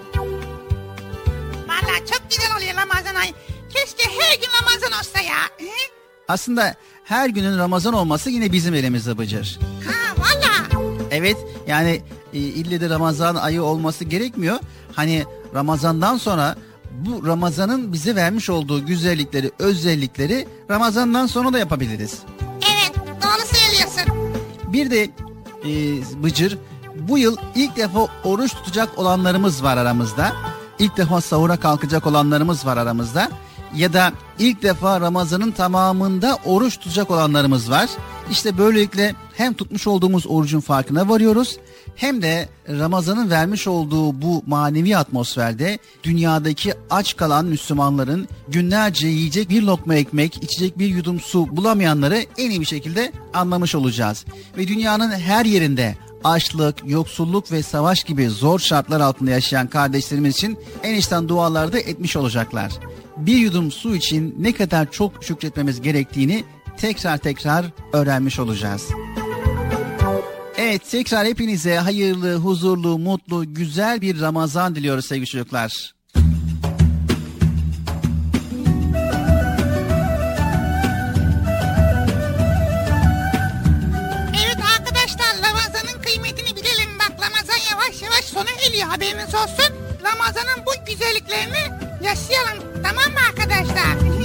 Vallahi çok güzel oluyor Ramazan ayı. Keşke her gün Ramazan olsa ya. Aslında her günün Ramazan olması yine bizim elimizde Bıcır. Ha valla. Evet, yani ille de Ramazan ayı olması gerekmiyor. Hani Ramazan'dan sonra bu Ramazan'ın bize vermiş olduğu güzellikleri, özellikleri Ramazan'dan sonra da yapabiliriz. Evet, doğru söylüyorsun. Bir de Bıcır, bu yıl ilk defa oruç tutacak olanlarımız var aramızda. İlk defa sahura kalkacak olanlarımız var aramızda. Ya da ilk defa Ramazan'ın tamamında oruç tutacak olanlarımız var. İşte böylelikle hem tutmuş olduğumuz orucun farkına varıyoruz, hem de Ramazan'ın vermiş olduğu bu manevi atmosferde dünyadaki aç kalan Müslümanların, günlerce yiyecek bir lokma ekmek, içecek bir yudum su bulamayanları en iyi bir şekilde anlamış olacağız. Ve dünyanın her yerinde açlık, yoksulluk ve savaş gibi zor şartlar altında yaşayan kardeşlerimiz için en içten dualar da etmiş olacaklar. Bir yudum su için ne kadar çok şükretmemiz gerektiğini tekrar öğrenmiş olacağız. Evet, tekrar hepinize hayırlı, huzurlu, mutlu, güzel bir Ramazan diliyoruz sevgili çocuklar. Evet arkadaşlar, Ramazan'ın kıymetini bilelim. Bak, Ramazan yavaş yavaş sona geliyor, haberiniz olsun. Ramazan'ın bu güzelliklerini yaşayalım, tamam mı arkadaşlar?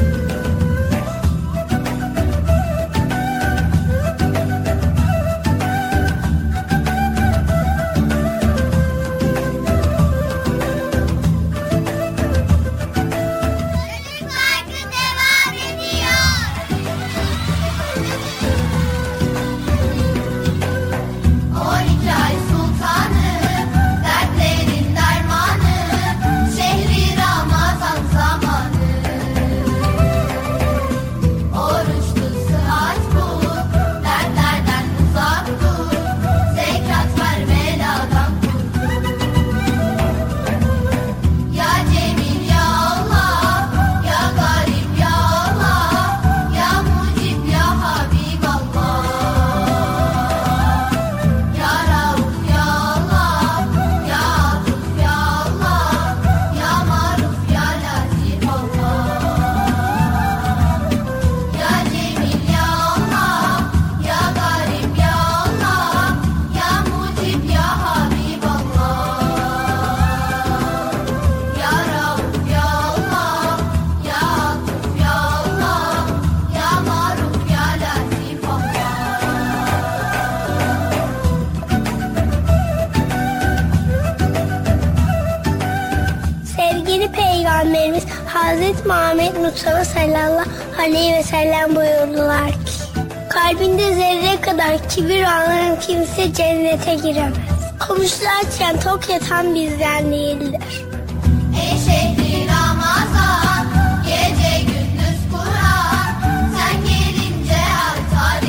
Peygamberimiz Hazreti Muhammed Mustafa sallallahu aleyhi ve sellem buyurdular ki, kalbinde zerre kadar kibir olan kimse cennete giremez. Komşusu açken tok yatan bizden değildir. Ey şehri Ramazan, gece gündüz Kur'an, sen gelince artar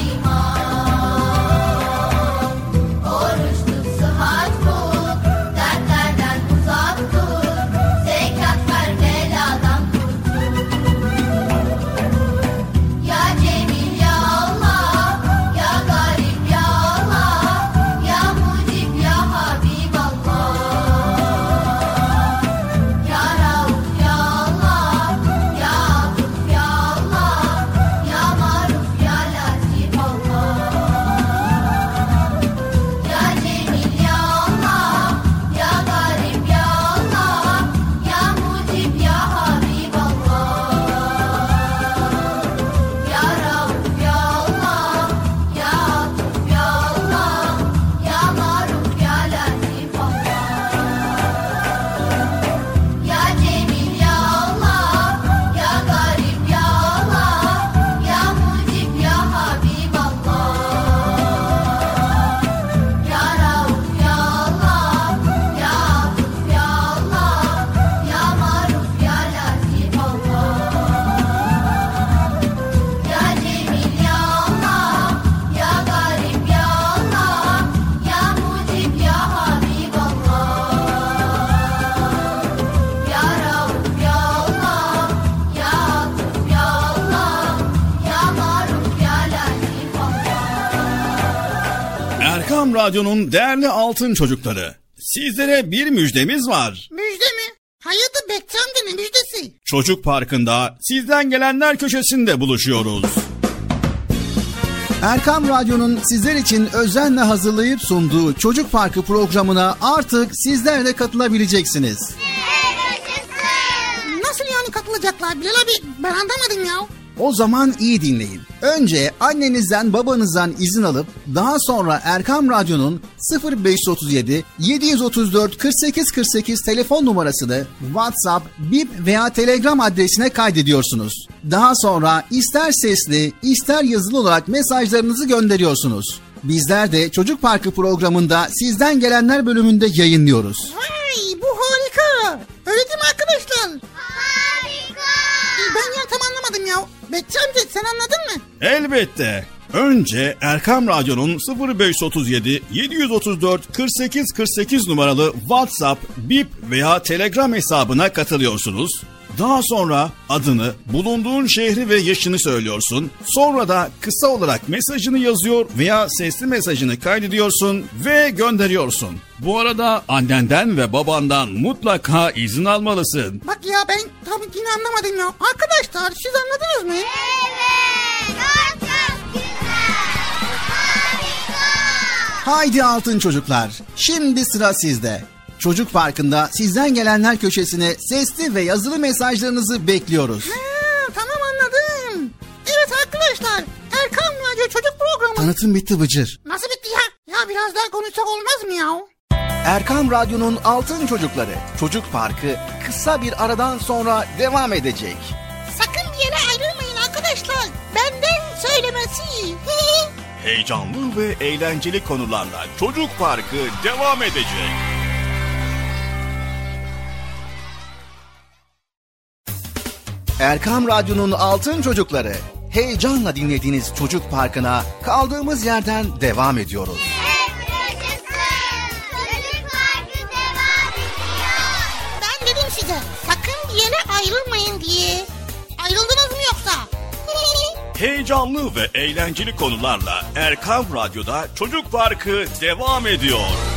iman. Oruç tut, sıhhat bul, dertlerden uzak dur, zekat ver, beladan kurtul. Ya Cemil ya Allah, ya Garip ya Allah, ya Mucib ya Habiballah. Erkam Radyo'nun değerli altın çocukları, sizlere bir müjdemiz var. Müjde mi? Hayırdır Bekçi amca, ne müjdesi? Çocuk Parkı'nda sizden gelenler köşesinde buluşuyoruz. Erkam Radyo'nun sizler için özenle hazırlayıp sunduğu Çocuk Parkı programına artık sizler de katılabileceksiniz. Nasıl yani katılacaklar Bilal abi? Ben anlamadım ya. O zaman iyi dinleyin. Önce annenizden babanızdan izin alıp daha sonra Erkam Radyo'nun 0537 734 48 48 telefon numarasını WhatsApp, Bip veya Telegram adresine kaydediyorsunuz. Daha sonra ister sesli ister yazılı olarak mesajlarınızı gönderiyorsunuz. Bizler de Çocuk Parkı programında sizden gelenler bölümünde yayınlıyoruz. Vay, bu harika. Öyle değil mi arkadaşlar? Harika. Ben ya tam anlamadım ya. Bekçi amca sen anladın mı? Elbette. Önce Erkam Radyo'nun 0537 734 48 48 numaralı WhatsApp, Bip veya Telegram hesabına katılıyorsunuz. Daha sonra adını, bulunduğun şehri ve yaşını söylüyorsun. Sonra da kısa olarak mesajını yazıyor veya sesli mesajını kaydediyorsun ve gönderiyorsun. Bu arada annenden ve babandan mutlaka izin almalısın. Bak ya ben tam yine anlamadım ya. Arkadaşlar siz anladınız mı? Evet, çok güzel. Harika. Haydi altın çocuklar, şimdi sıra sizde. Çocuk Parkı'nda sizden gelenler köşesine sesli ve yazılı mesajlarınızı bekliyoruz. Tamam anladım. Evet arkadaşlar, Erkam Radyo Çocuk Programı. Tanıtım bitti Bıcır. Nasıl bitti ya? Ya biraz daha konuşsak olmaz mı ya? Erkam Radyo'nun altın çocukları Çocuk Parkı kısa bir aradan sonra devam edecek. Sakın bir yere ayrılmayın arkadaşlar. Benden söylemesi. Heyecanlı ve eğlenceli konularla Çocuk Parkı devam edecek. Erkam Radyo'nun altın çocukları, heyecanla dinlediğiniz Çocuk Parkı'na kaldığımız yerden devam ediyoruz. Çocuk Parkı devam ediyor. Ben dedim size sakın bir yere ayrılmayın diye. Ayrıldınız mı yoksa? Heyecanlı ve eğlenceli konularla Erkam Radyo'da Çocuk Parkı devam ediyor.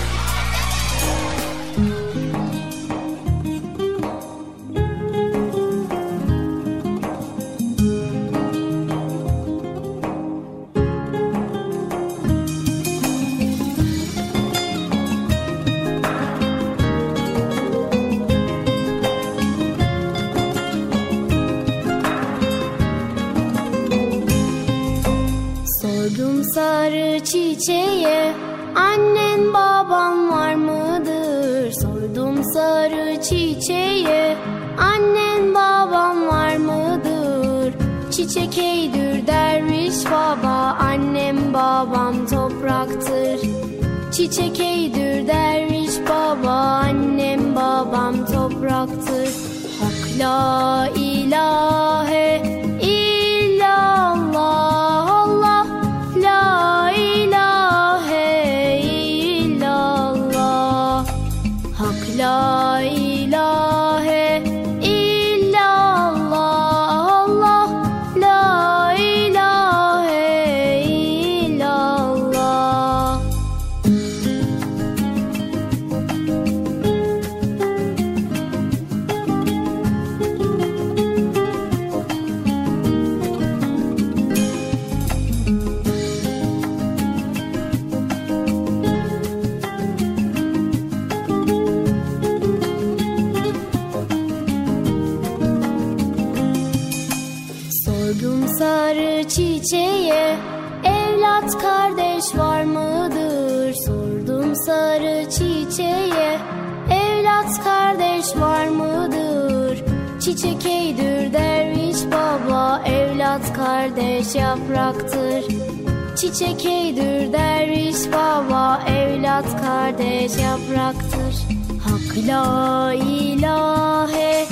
Sordum sarı çiçeğe, annen baban var mıdır? Sordum sarı çiçeğe, annen baban var mıdır? Çiçek eydür derviş baba, annem babam topraktır. Çiçek eydür derviş baba, annem babam topraktır. Hak la ilahe illallah, Allah la ilahe illallah. Hak la ilahe illallah, Allah la ilahe illallah. Sordum sarı çiçeğe, evlat kardeş var mıdır? Sordum sarı çiçeğe, evlat kardeş var mıdır? Çiçek eydür derviş baba, evlat kardeş yapraktır. Çiçek eydür derviş baba, evlat kardeş yapraktır. Hak la ilahe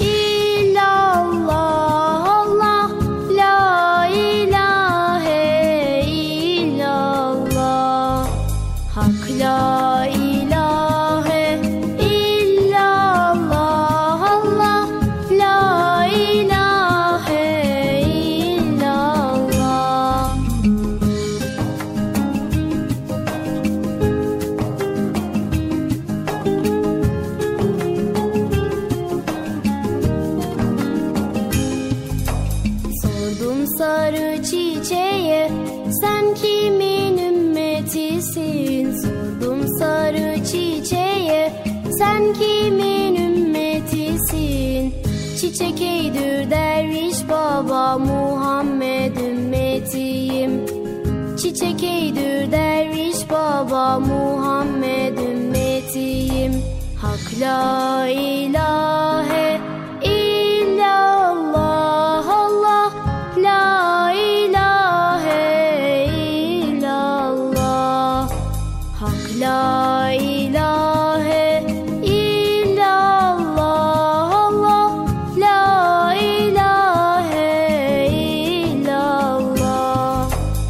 illallah, Allah la ilahe illallah. Hak la ilahe illallah, Allah la ilahe illallah. sarı çiçeğe, sen kimin ümmetisin? Sordum sarı çiçeğe, sen kimin ümmetisin? Çiçek eydür derviş baba, Muhammed ümmetiyim. Çiçek eydür derviş baba, Muhammed ümmetiyim. Hak la ilahe illallah, Allah la ilahe illallah. Hak la ilahe illallah, Allah la ilahe illallah.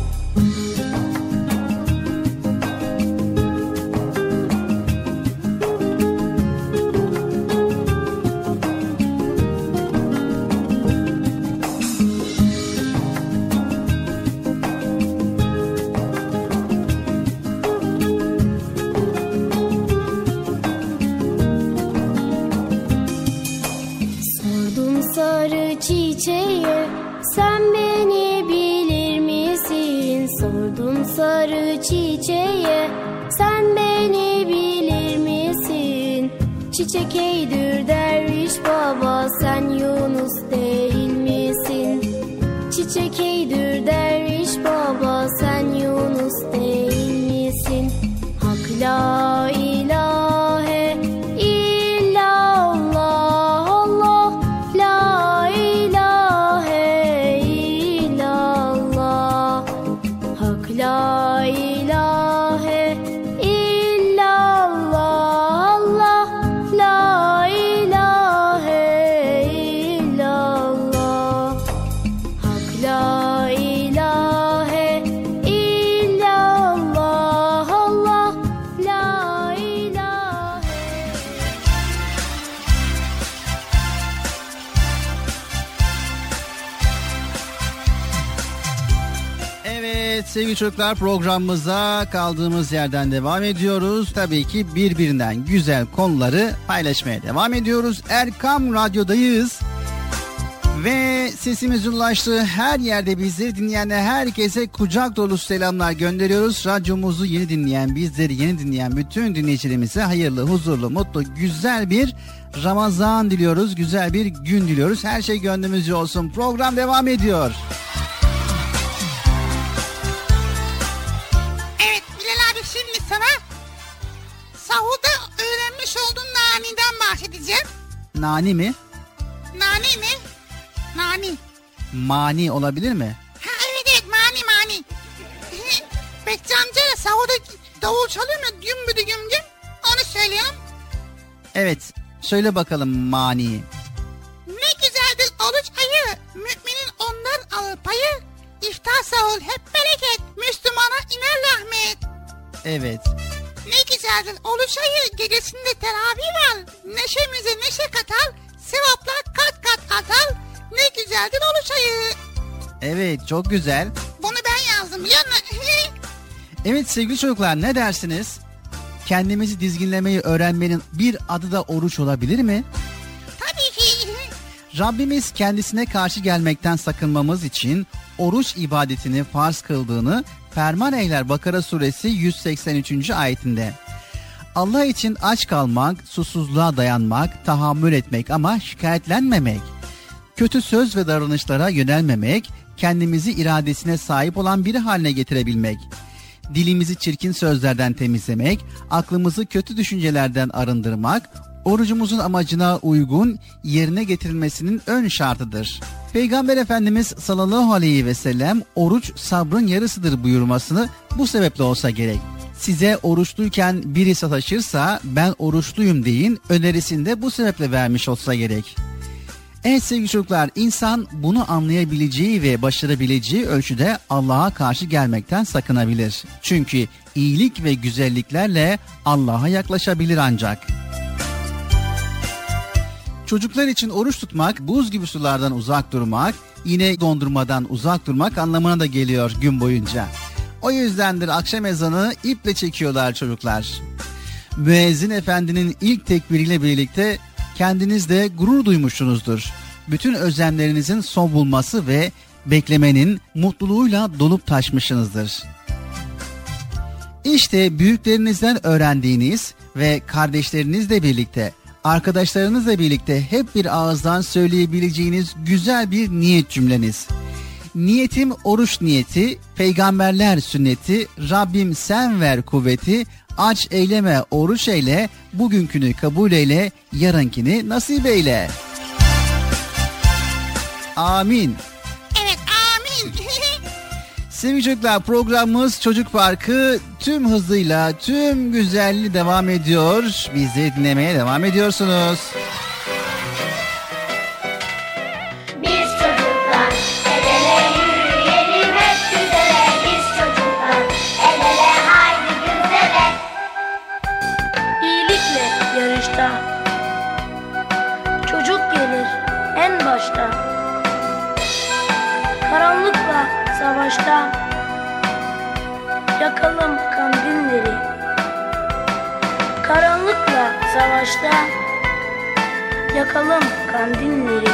Sordum sarı çiçeğe, sen beni bilir misin? Sordum sarı çiçeğe, sen beni bilir misin? Çiçek eydür derviş baba, sen Yunus değil misin? Çiçek eydür derviş baba, sen Yunus değil misin? Hak la ilahe illallah, Allah la ilahe illallah. Hak la ilahe illallah, Allah la ilahe illallah. Hak la ilahe illallah, Allah la ilahe. Evet sevgili çocuklar, programımıza kaldığımız yerden devam ediyoruz. Tabii ki birbirinden güzel konuları paylaşmaya devam ediyoruz. Erkam Radyo'dayız. Ve sesimizin ulaştığı her yerde bizleri dinleyen herkese kucak dolusu selamlar gönderiyoruz. Radyomuzu yeni dinleyen, bizleri yeni dinleyen bütün dinleyicilerimize hayırlı, huzurlu, mutlu, güzel bir Ramazan diliyoruz. Güzel bir gün diliyoruz. Her şey gönlümüzce olsun. Program devam ediyor. Evet Bilal abi, şimdi sana sahurda öğrenmiş olduğum naniden bahsedeceğim. Nani mi? Nani mi? Nani. Mani olabilir mi? Ha evet mani. Bekçi amca sahurda davul çalıyor mu? Gümbüdü güm. Onu söylüyorum. Evet, söyle bakalım mani. Ne güzeldir oruç ayı. Müminin ondan alır payı. İftar sahur hep bereket. Müslümana iner rahmet. Evet. Ne güzeldir oruç ayı. Gecesinde teravih var. Neşemize neşe katar. Sevaplar kat kat artar. Ne güzeldir oruç ayı. Evet, çok güzel. Bunu ben yazdım biliyor musun? Evet sevgili çocuklar, ne dersiniz? Kendimizi dizginlemeyi öğrenmenin bir adı da oruç olabilir mi? Tabii ki. Rabbimiz kendisine karşı gelmekten sakınmamız için oruç ibadetini farz kıldığını ferman eyler Bakara suresi 183. ayetinde. Allah için aç kalmak, susuzluğa dayanmak, tahammül etmek ama şikayetlenmemek, kötü söz ve davranışlara yönelmemek, kendimizi iradesine sahip olan biri haline getirebilmek, dilimizi çirkin sözlerden temizlemek, aklımızı kötü düşüncelerden arındırmak, orucumuzun amacına uygun yerine getirilmesinin ön şartıdır. Peygamber Efendimiz sallallahu aleyhi ve sellem oruç sabrın yarısıdır buyurmasını bu sebeple olsa gerek. Size oruçluyken biri sataşırsa ben oruçluyum deyin önerisini de bu sebeple vermiş olsa gerek. Evet sevgili çocuklar, insan bunu anlayabileceği ve başarabileceği ölçüde Allah'a karşı gelmekten sakınabilir. Çünkü iyilik ve güzelliklerle Allah'a yaklaşabilir ancak. Çocuklar için oruç tutmak, buz gibi sulardan uzak durmak, iğne dondurmadan uzak durmak anlamına da geliyor gün boyunca. O yüzdendir akşam ezanı iple çekiyorlar çocuklar. Müezzin efendinin ilk tekbiriyle birlikte kendiniz de gurur duymuşsunuzdur. Bütün özlemlerinizin son bulması ve beklemenin mutluluğuyla dolup taşmışsınızdır. İşte büyüklerinizden öğrendiğiniz ve kardeşlerinizle birlikte, arkadaşlarınızla birlikte hep bir ağızdan söyleyebileceğiniz güzel bir niyet cümleniz. Niyetim oruç niyeti, peygamberler sünneti, Rabbim sen ver kuvveti, aç eyleme oruç eyle, bugünkünü kabul eyle, yarınkini nasip eyle. Amin. Evet, amin. Sevgili çocuklar, programımız Çocuk Parkı tüm hızıyla, tüm güzelliği devam ediyor. Bizi dinlemeye devam ediyorsunuz. Biz çocuklar el ele yürüyelim hep güzele. Biz çocuklar el ele haydi güzele. İyilikle yarışta çocuk gelir en başta. Karanlıkla savaşta yakalım kandilleri. Karanlıkla savaşta yakalım kandilleri.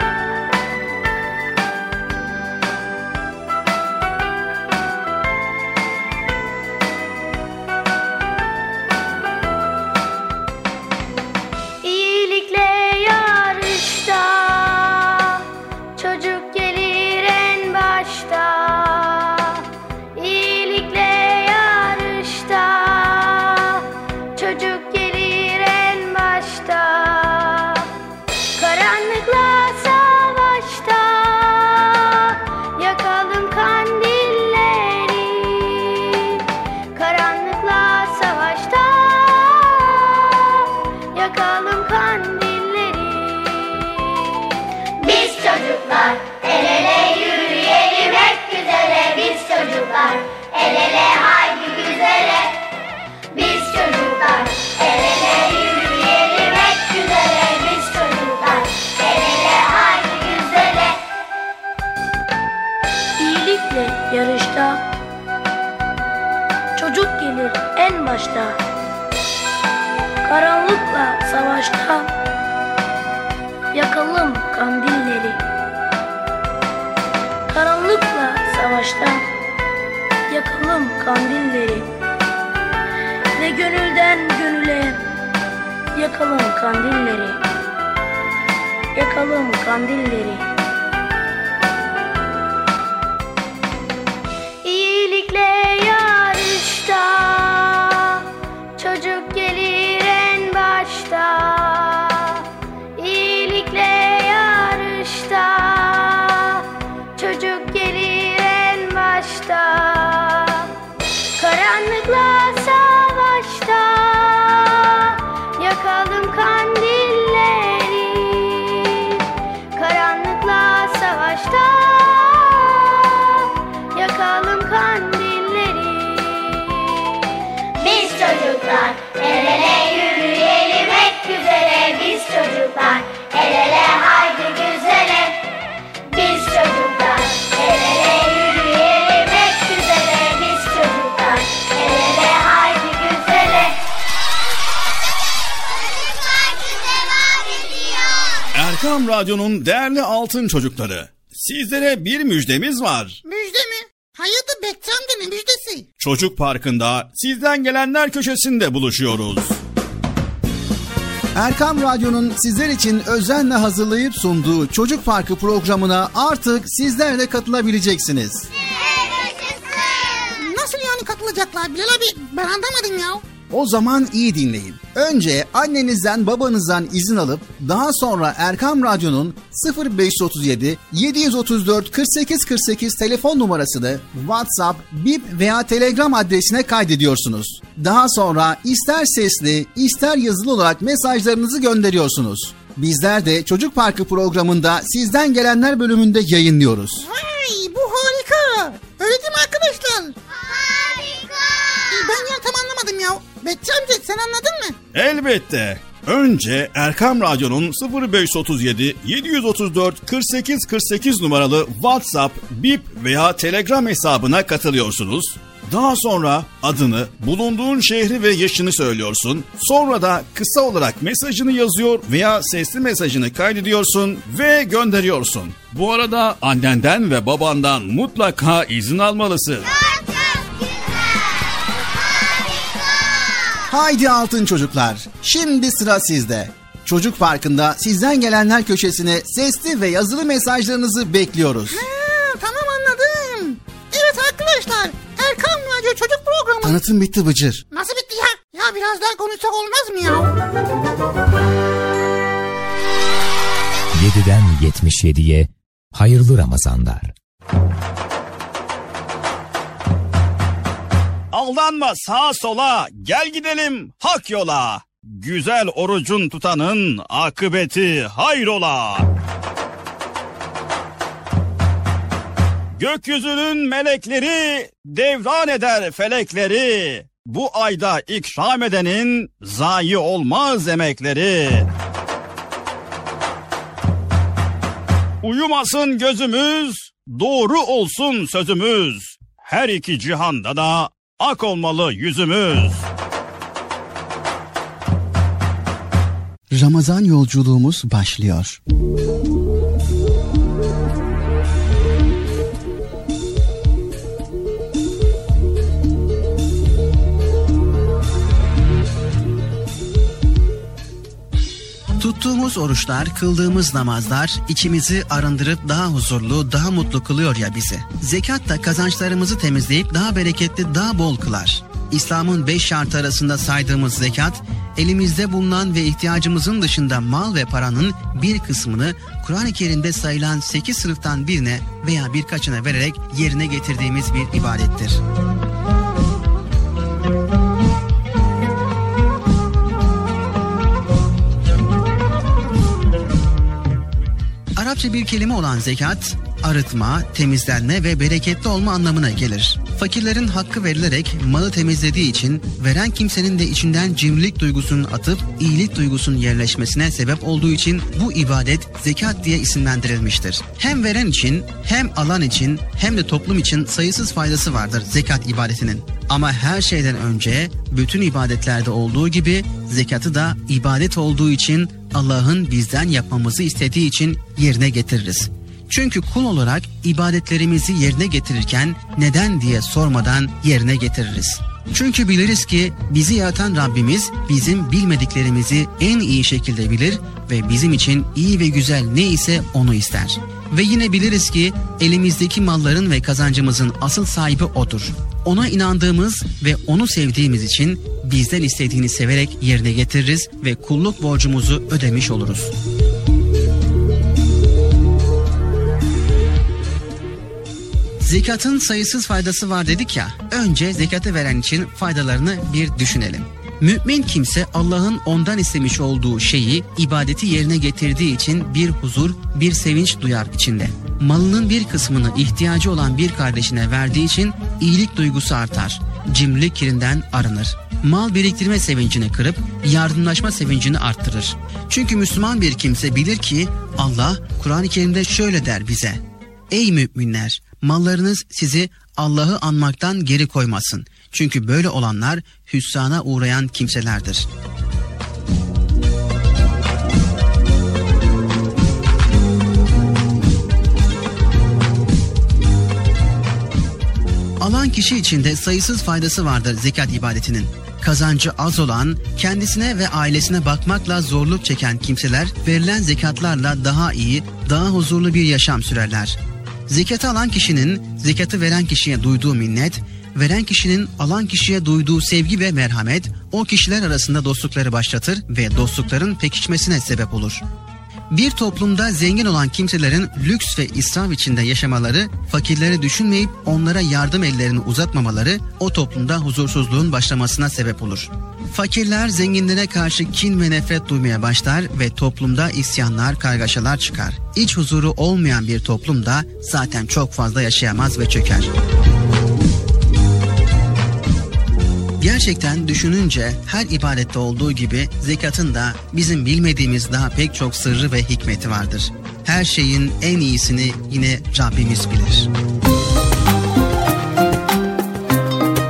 İyilikle yarışta çocuk gelir en başta. İyilikle yarışta çocuk gelir en başta. Karanlıkla savaşta yakalım kandilleri. Karanlıkla savaşta yakalım kandilleri. Biz çocuklar el ele yürüyelim hep güzele. Biz çocuklar el ele haydi güzele. Biz çocuklar el ele yürüyelim hep güzele. Biz çocuklar el ele haydi güzele. İyilikle yarışta çocuk gelir en başta. Karanlıkla savaşta yakalım kandilleri. Karanlıkla savaşta yakalım kandilleri. Ve gönülden gönüle yakalım kandilleri. Yakalım kandilleri. İyilikle yarışta çocuk gelir en başta. İyilikle yarışta çocuk gelir en başta. Karanlıkla savaşta yakalım kandilleri. Karanlıkla savaşta yakalım kandilleri. Biz çocuklar el ele yürüyelim hep güzele. Biz çocuklar el ele haydi güzele. Biz çocuklar el ele yürüyelim hep güzele. Biz çocuklar el ele haydi güzele. Çocuk Parkı devam ediyor. Erkam Radyo'nun değerli altın çocukları, sizlere bir müjdemiz var. Müjde mi? Hayırdır Bekçi amca, ne müjdesi? Çocuk Parkı'nda sizden gelenler köşesinde buluşuyoruz. Erkam Radyo'nun sizler için özenle hazırlayıp sunduğu Çocuk Parkı programına artık sizler de katılabileceksiniz. Nasıl yani katılacaklar Bilal abi? Ben anlamadım ya. O zaman iyi dinleyin. Önce annenizden babanızdan izin alıp daha sonra Erkam Radyo'nun 0537 734 48 48 telefon numarasını WhatsApp, Bip veya Telegram adresine kaydediyorsunuz. Daha sonra ister sesli ister yazılı olarak mesajlarınızı gönderiyorsunuz. Bizler de Çocuk Parkı programında sizden gelenler bölümünde yayınlıyoruz. Vay, bu harika. Öyle değil mi arkadaşlar? Harika. Ben ya tam anlamadım ya. Bekçi amca sen anladın mı? Elbette. Önce Erkam Radyo'nun 0537 734 48 48 numaralı WhatsApp, Bip veya Telegram hesabına katılıyorsunuz. Daha sonra adını, bulunduğun şehri ve yaşını söylüyorsun. Sonra da kısa olarak mesajını yazıyor veya sesli mesajını kaydediyorsun ve gönderiyorsun. Bu arada annenden ve babandan mutlaka izin almalısın. Haydi altın çocuklar, şimdi sıra sizde. Çocuk Parkı'nda sizden gelenler köşesine sesli ve yazılı mesajlarınızı bekliyoruz. Tamam, anladım. Evet arkadaşlar, Erkan Radyo Çocuk Programı. Tanıtım bitti Bıcır. Nasıl bitti ya? Ya biraz daha konuşsak olmaz mı ya? 7'den 77'ye hayırlı Ramazanlar. Aldanma sağa sola, gel gidelim hak yola. Güzel orucun tutanın akıbeti hayrola. Gökyüzünün melekleri devran eder felekleri. Bu ayda ikram edenin zayi olmaz emekleri. Uyumasın gözümüz, doğru olsun sözümüz. Her iki cihanda da ak olmalı yüzümüz. Ramazan yolculuğumuz başlıyor. Tuttuğumuz oruçlar, kıldığımız namazlar içimizi arındırıp daha huzurlu, daha mutlu kılıyor ya bizi. Zekat da kazançlarımızı temizleyip daha bereketli, daha bol kılar. İslam'ın 5 şartı arasında saydığımız zekat, elimizde bulunan ve ihtiyacımızın dışında mal ve paranın bir kısmını Kur'an-ı Kerim'de sayılan 8 sınıftan birine veya birkaçına vererek yerine getirdiğimiz bir ibadettir. Arapça bir kelime olan zekat, arıtma, temizlenme ve bereketli olma anlamına gelir. Fakirlerin hakkı verilerek malı temizlediği için veren kimsenin de içinden cimrilik duygusunun atıp iyilik duygusunun yerleşmesine sebep olduğu için bu ibadet zekat diye isimlendirilmiştir. Hem veren için, hem alan için, hem de toplum için sayısız faydası vardır zekat ibadetinin. Ama her şeyden önce bütün ibadetlerde olduğu gibi zekatı da ibadet olduğu için Allah'ın bizden yapmamızı istediği için yerine getiririz. Çünkü kul olarak ibadetlerimizi yerine getirirken neden diye sormadan yerine getiririz. Çünkü biliriz ki bizi yaratan Rabbimiz bizim bilmediklerimizi en iyi şekilde bilir ve bizim için iyi ve güzel ne ise onu ister. Ve yine biliriz ki elimizdeki malların ve kazancımızın asıl sahibi O'dur. Ona inandığımız ve O'nu sevdiğimiz için bizden istediğini severek yerine getiririz ve kulluk borcumuzu ödemiş oluruz. Zekatın sayısız faydası var dedik ya, önce zekatı veren için faydalarını bir düşünelim. Mümin kimse Allah'ın ondan istemiş olduğu şeyi, ibadeti yerine getirdiği için bir huzur, bir sevinç duyar içinde. Malının bir kısmını ihtiyacı olan bir kardeşine verdiği için iyilik duygusu artar, cimrilik kirinden arınır. Mal biriktirme sevincini kırıp yardımlaşma sevincini arttırır. Çünkü Müslüman bir kimse bilir ki Allah Kur'an-ı Kerim'de şöyle der bize: Ey müminler! Mallarınız sizi Allah'ı anmaktan geri koymasın. Çünkü böyle olanlar hüsrana uğrayan kimselerdir. Alan kişi için de sayısız faydası vardır zekat ibadetinin. Kazancı az olan, kendisine ve ailesine bakmakla zorluk çeken kimseler verilen zekatlarla daha iyi, daha huzurlu bir yaşam sürerler. Zekatı alan kişinin zekatı veren kişiye duyduğu minnet, veren kişinin alan kişiye duyduğu sevgi ve merhamet o kişiler arasında dostlukları başlatır ve dostlukların pekişmesine sebep olur. Bir toplumda zengin olan kimselerin lüks ve israf içinde yaşamaları, fakirleri düşünmeyip onlara yardım ellerini uzatmamaları o toplumda huzursuzluğun başlamasına sebep olur. Fakirler zenginlere karşı kin ve nefret duymaya başlar ve toplumda isyanlar, kargaşalar çıkar. İç huzuru olmayan bir toplumda zaten çok fazla yaşayamaz ve çöker. Gerçekten düşününce her ibadette olduğu gibi zekatın da bizim bilmediğimiz daha pek çok sırrı ve hikmeti vardır. Her şeyin en iyisini yine Rabbimiz bilir.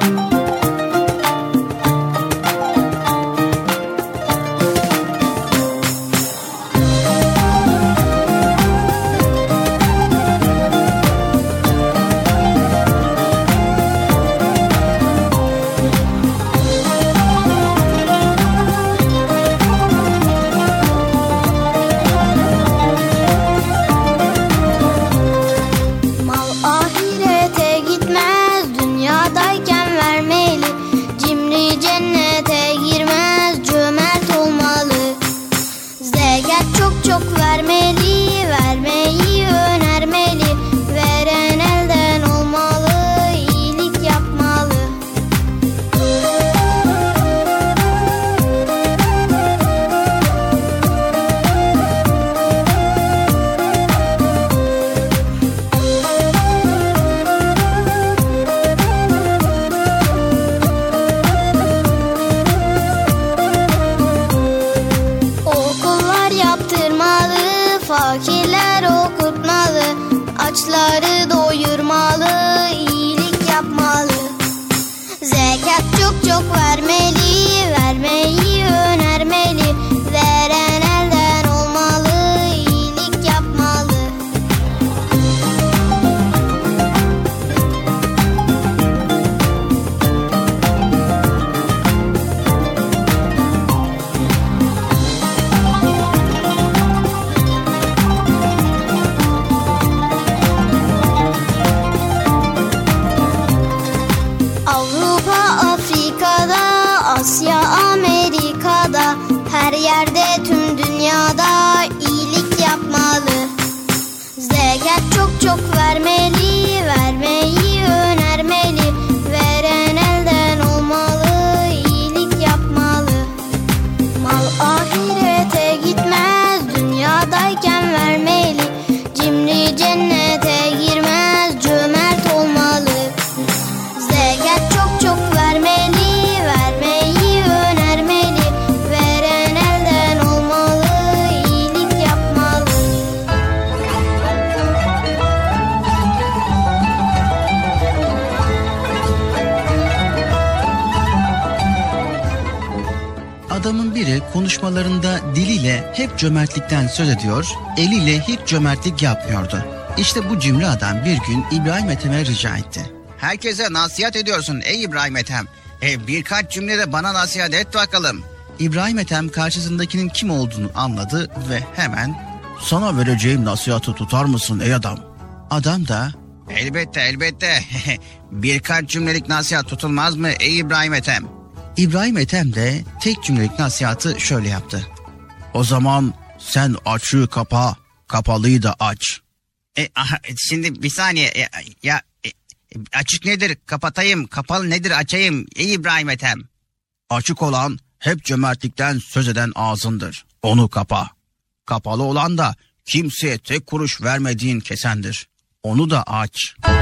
çok çok vermeli, vermeyi önermeli. Veren elden olmalı, iyilik yapmalı. Okullar yaptırmalı, fakirler okutmalı, açları doyurmalı, iyilik yapmalı. Zekat çok çok vermeli, vermeyi önermeli. Veren elden olmalı, iyilik yapmalı. Avrupa, Afrika'da, Asya, Amerika'da, her yerde tüm dünyada iyilik yapmalı. Zekat çok çok vermeli, vermeyi önermeli. Veren elden olmalı, iyilik yapmalı. Mal ahirete gitmez, dünyadayken vermeli. Cimri cennete girmez, cömert olmalı. Zekat çok çok vermeli, vermeyi önermeli. Veren elden olmalı, iyilik yapmalı. Adamın biri konuşmalarında diliyle hep cömertlikten söz ediyor, eliyle hiç cömertlik yapmıyordu. İşte bu cimri adam bir gün İbrahim Ethem'e rica etti. Herkese nasihat ediyorsun ey İbrahim Ethem. Birkaç cümle de bana nasihat et bakalım. İbrahim Ethem karşısındakinin kim olduğunu anladı ve hemen "Sana vereceğim nasihatı tutar mısın ey adam?" Adam da Elbette. Birkaç cümlelik nasihat tutulmaz mı ey İbrahim Ethem? İbrahim Ethem de tek cümlelik nasihatı şöyle yaptı. "O zaman sen açığı kapa, kapalıyı da aç." Şimdi bir saniye açık nedir kapatayım, kapalı nedir açayım ey İbrahim Ethem? Açık olan hep cömertlikten söz eden ağzındır. Onu kapa. Kapalı olan da kimseye tek kuruş vermediğin kesendir. Onu da aç.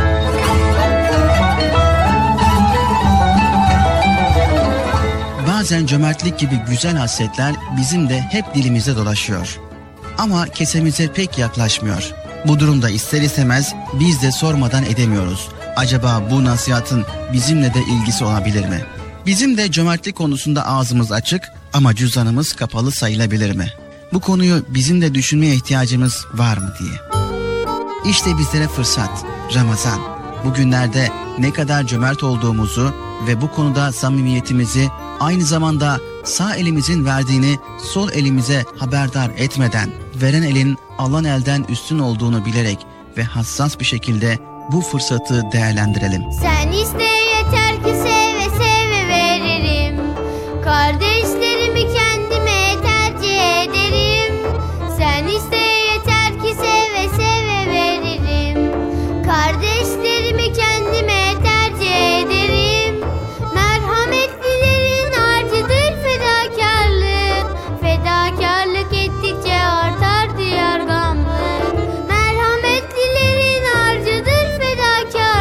Bazen cömertlik gibi güzel hasletler bizim de hep dilimizde dolaşıyor. Ama kesemize pek yaklaşmıyor. Bu durumda ister istemez biz de sormadan edemiyoruz. Acaba bu nasihatın bizimle de ilgisi olabilir mi? Bizim de cömertlik konusunda ağzımız açık ama cüzdanımız kapalı sayılabilir mi? Bu konuyu bizim de düşünmeye ihtiyacımız var mı diye. İşte bizlere fırsat, Ramazan. Bugünlerde ne kadar cömert olduğumuzu ve bu konuda samimiyetimizi aynı zamanda sağ elimizin verdiğini sol elimize haberdar etmeden, veren elin alan elden üstün olduğunu bilerek ve hassas bir şekilde bu fırsatı değerlendirelim. Sen iste yeter ki seve seve veririm. Kardeşlerimi kendime tercih ederim. Sen iste yeter ki seve seve veririm. Kardeşlerimi kendime tercih ederim. Merhametlilerin harcıdır fedakarlık. Fedakarlık ettikçe artar diyar gamlık. Merhametlilerin harcıdır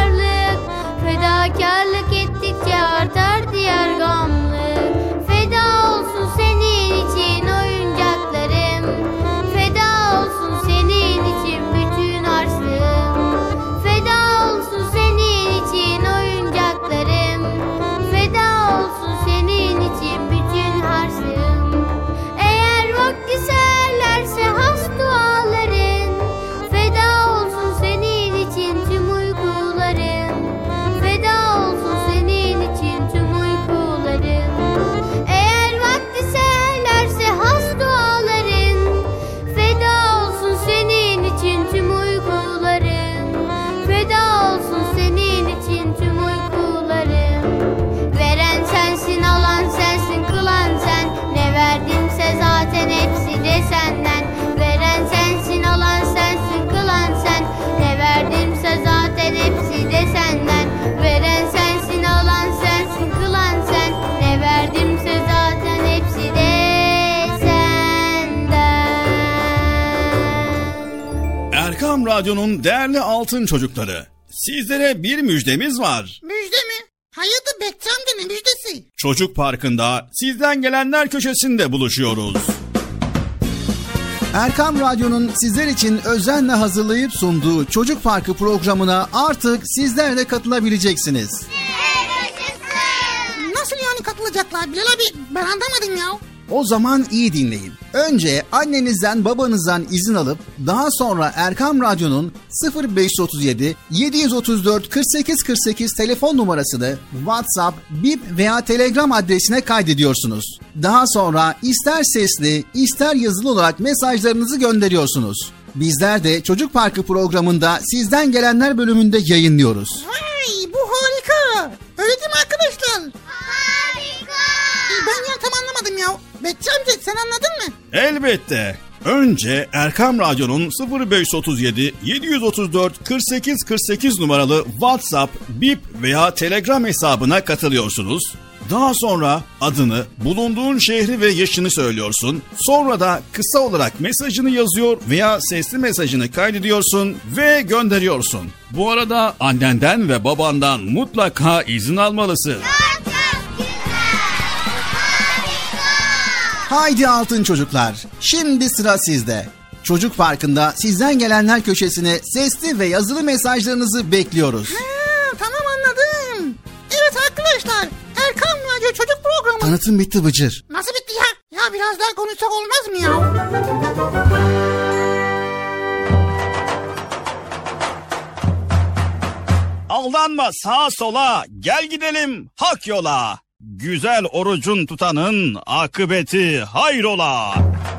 fedakarlık. Fedakarlık ettikçe artar diyar gamlık. Feda Erkam Radyo'nun değerli altın çocukları, sizlere bir müjdemiz var. Müjde mi? Hayırdır Bekçi amca, ne müjdesi? Çocuk Parkı'nda sizden gelenler köşesinde buluşuyoruz. Erkam Radyo'nun sizler için özenle hazırlayıp sunduğu Çocuk Parkı programına artık sizler de katılabileceksiniz. Nasıl yani katılacaklar Bilal abi? Ben anlamadım ya. O zaman iyi dinleyin. Önce annenizden babanızdan izin alıp daha sonra Erkam Radyo'nun 0537 734 48 48 telefon numarasını WhatsApp, Bip veya Telegram adresine kaydediyorsunuz. Daha sonra ister sesli ister yazılı olarak mesajlarınızı gönderiyorsunuz. Bizler de Çocuk Parkı programında sizden gelenler bölümünde yayınlıyoruz. Vay, bu harika. Öyle değil mi arkadaşlar? Harika. Ben ya tam anlamadım ya. Bekçi amca sen anladın mı? Elbette. Önce Erkam Radyo'nun 0537 734 48 48 numaralı WhatsApp, Bip veya Telegram hesabına katılıyorsunuz. Daha sonra adını, bulunduğun şehri ve yaşını söylüyorsun. Sonra da kısa olarak mesajını yazıyor veya sesli mesajını kaydediyorsun ve gönderiyorsun. Bu arada annenden ve babandan mutlaka izin almalısın. Haydi altın çocuklar, şimdi sıra sizde. Çocuk Parkı'nda sizden gelenler köşesine sesli ve yazılı mesajlarınızı bekliyoruz. Tamam anladım. Evet arkadaşlar, Erkam Radyo Çocuk Programı. Tanıtım bitti Bıcır. Nasıl bitti ya? Ya biraz daha konuşsak olmaz mı ya? Aldanma sağa sola, gel gidelim hak yola. Güzel orucun tutanın akıbeti hayrola.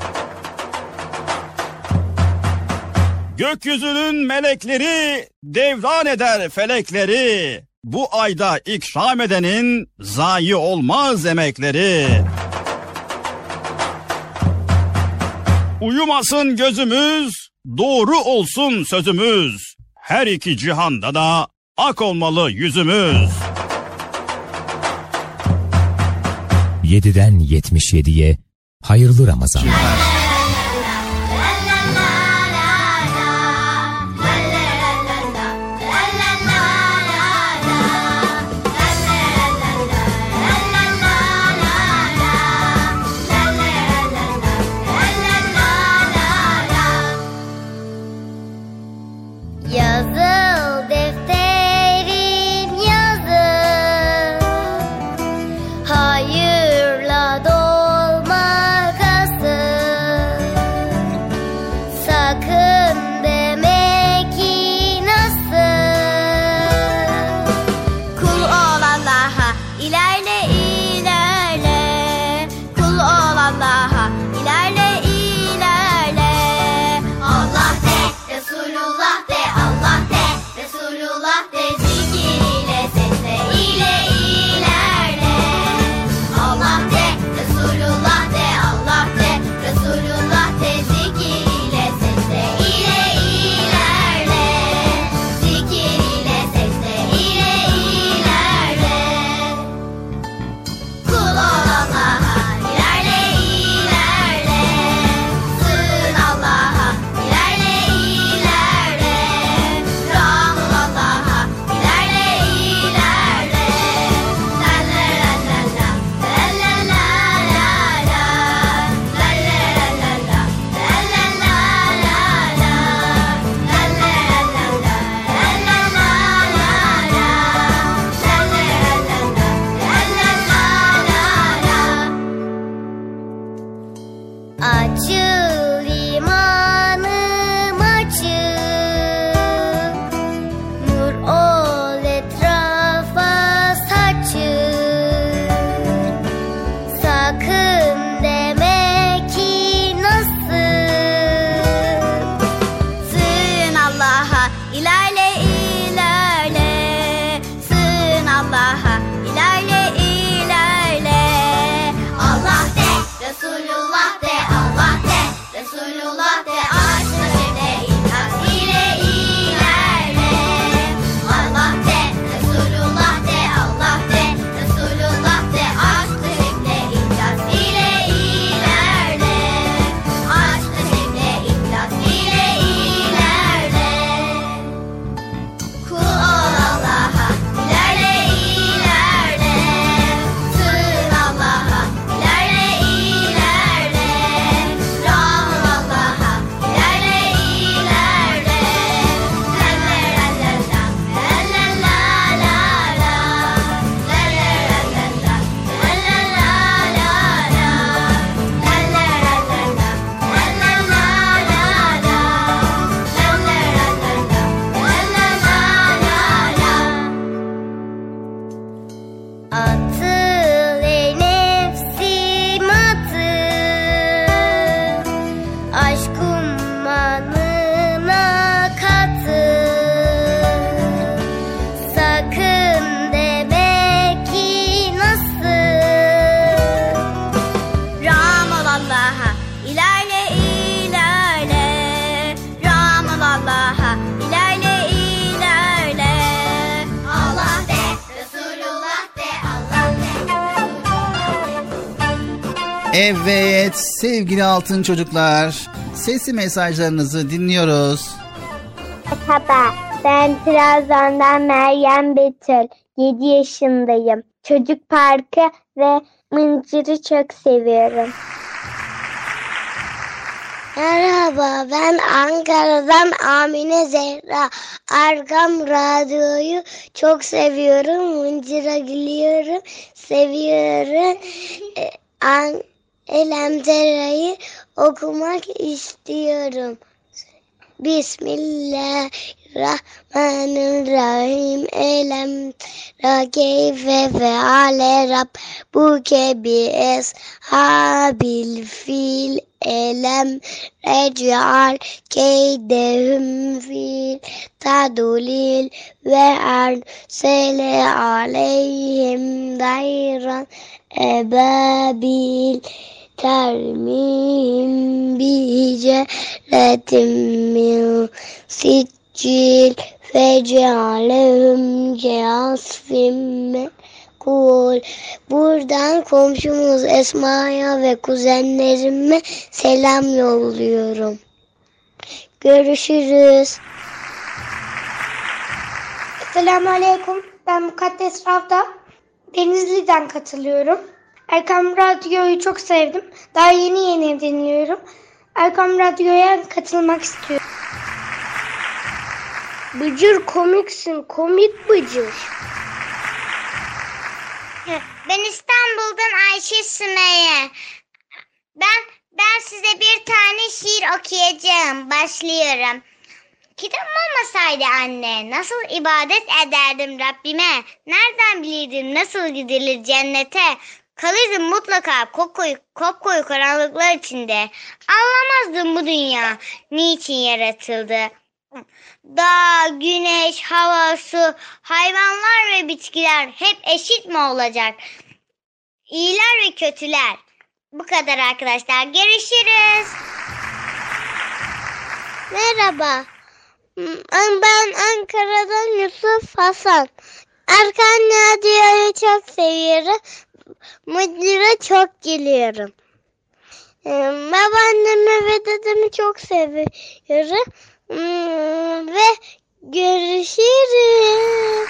Gökyüzünün melekleri devran eder felekleri. Bu ayda ikram edenin zayi olmaz emekleri. Uyumasın gözümüz, doğru olsun sözümüz. Her iki cihanda da ak olmalı yüzümüz. 7'den 77'ye hayırlı Ramazanlar. Yazıl defterim yazıl, hayırla dolmakasın. Sakın deme ki nasıl, kul ol Allah'a ilerle ilerle, kul ol Allah'a ilerle ilerle. Allah de, Resulullah de, Allah de, Resulullah de, zikir ile sesle ile ilerle. Allah de, Resulullah de, Allah de, Resulullah de, zikir ile sesle Evet sevgili altın çocuklar, sesli mesajlarınızı dinliyoruz. Merhaba, ben Trabzon'dan Meryem Betül. 7 yaşındayım. Çocuk parkı ve mıncırı çok seviyorum. Merhaba, ben Ankara'dan Amine Zehra. Arkam radyoyu çok seviyorum. Mıncıra gülüyorum, seviyorum. Elemtera'yı okumak istiyorum. Bismillahirrahmanirrahim. Elem ra keyfe feale rabbuke bi eshabil fil. Elem rec'al keydehum fil tadulil ve ersele aleyhim dayran ebabil termihim bihiceletim min siccil fecealehum keasfim mekul. Buradan komşumuz Esma'ya ve kuzenlerime selam yolluyorum. Görüşürüz. Selamünaleyküm. Ben Mukaddes Ravda. Denizli'den katılıyorum. Erkam Radyo'yu çok sevdim. Daha yeni dinliyorum. Erkam Radyo'ya katılmak istiyorum. Bıcır komiksin, komik Bıcır. Ben İstanbul'dan Ayşe Sümeyye. Ben size bir tane şiir okuyacağım. Başlıyorum. Kitap olmasaydı anne, nasıl ibadet ederdim Rabbime? Nereden bilirdim nasıl gidilir cennete? Kalırdım mutlaka kopkoyu karanlıklar içinde. Anlamazdım bu dünya niçin yaratıldı. Dağ, güneş, hava, su, hayvanlar ve bitkiler hep eşit mi olacak? İyiler ve kötüler. Bu kadar arkadaşlar. Görüşürüz. Merhaba. Ben Ankara'dan Yusuf Hasan. Erkan Radyo'yu çok seviyorum. Mıcır'a çok gülüyorum. Babaannemi ve dedemi çok seviyorum. Ve görüşürüz.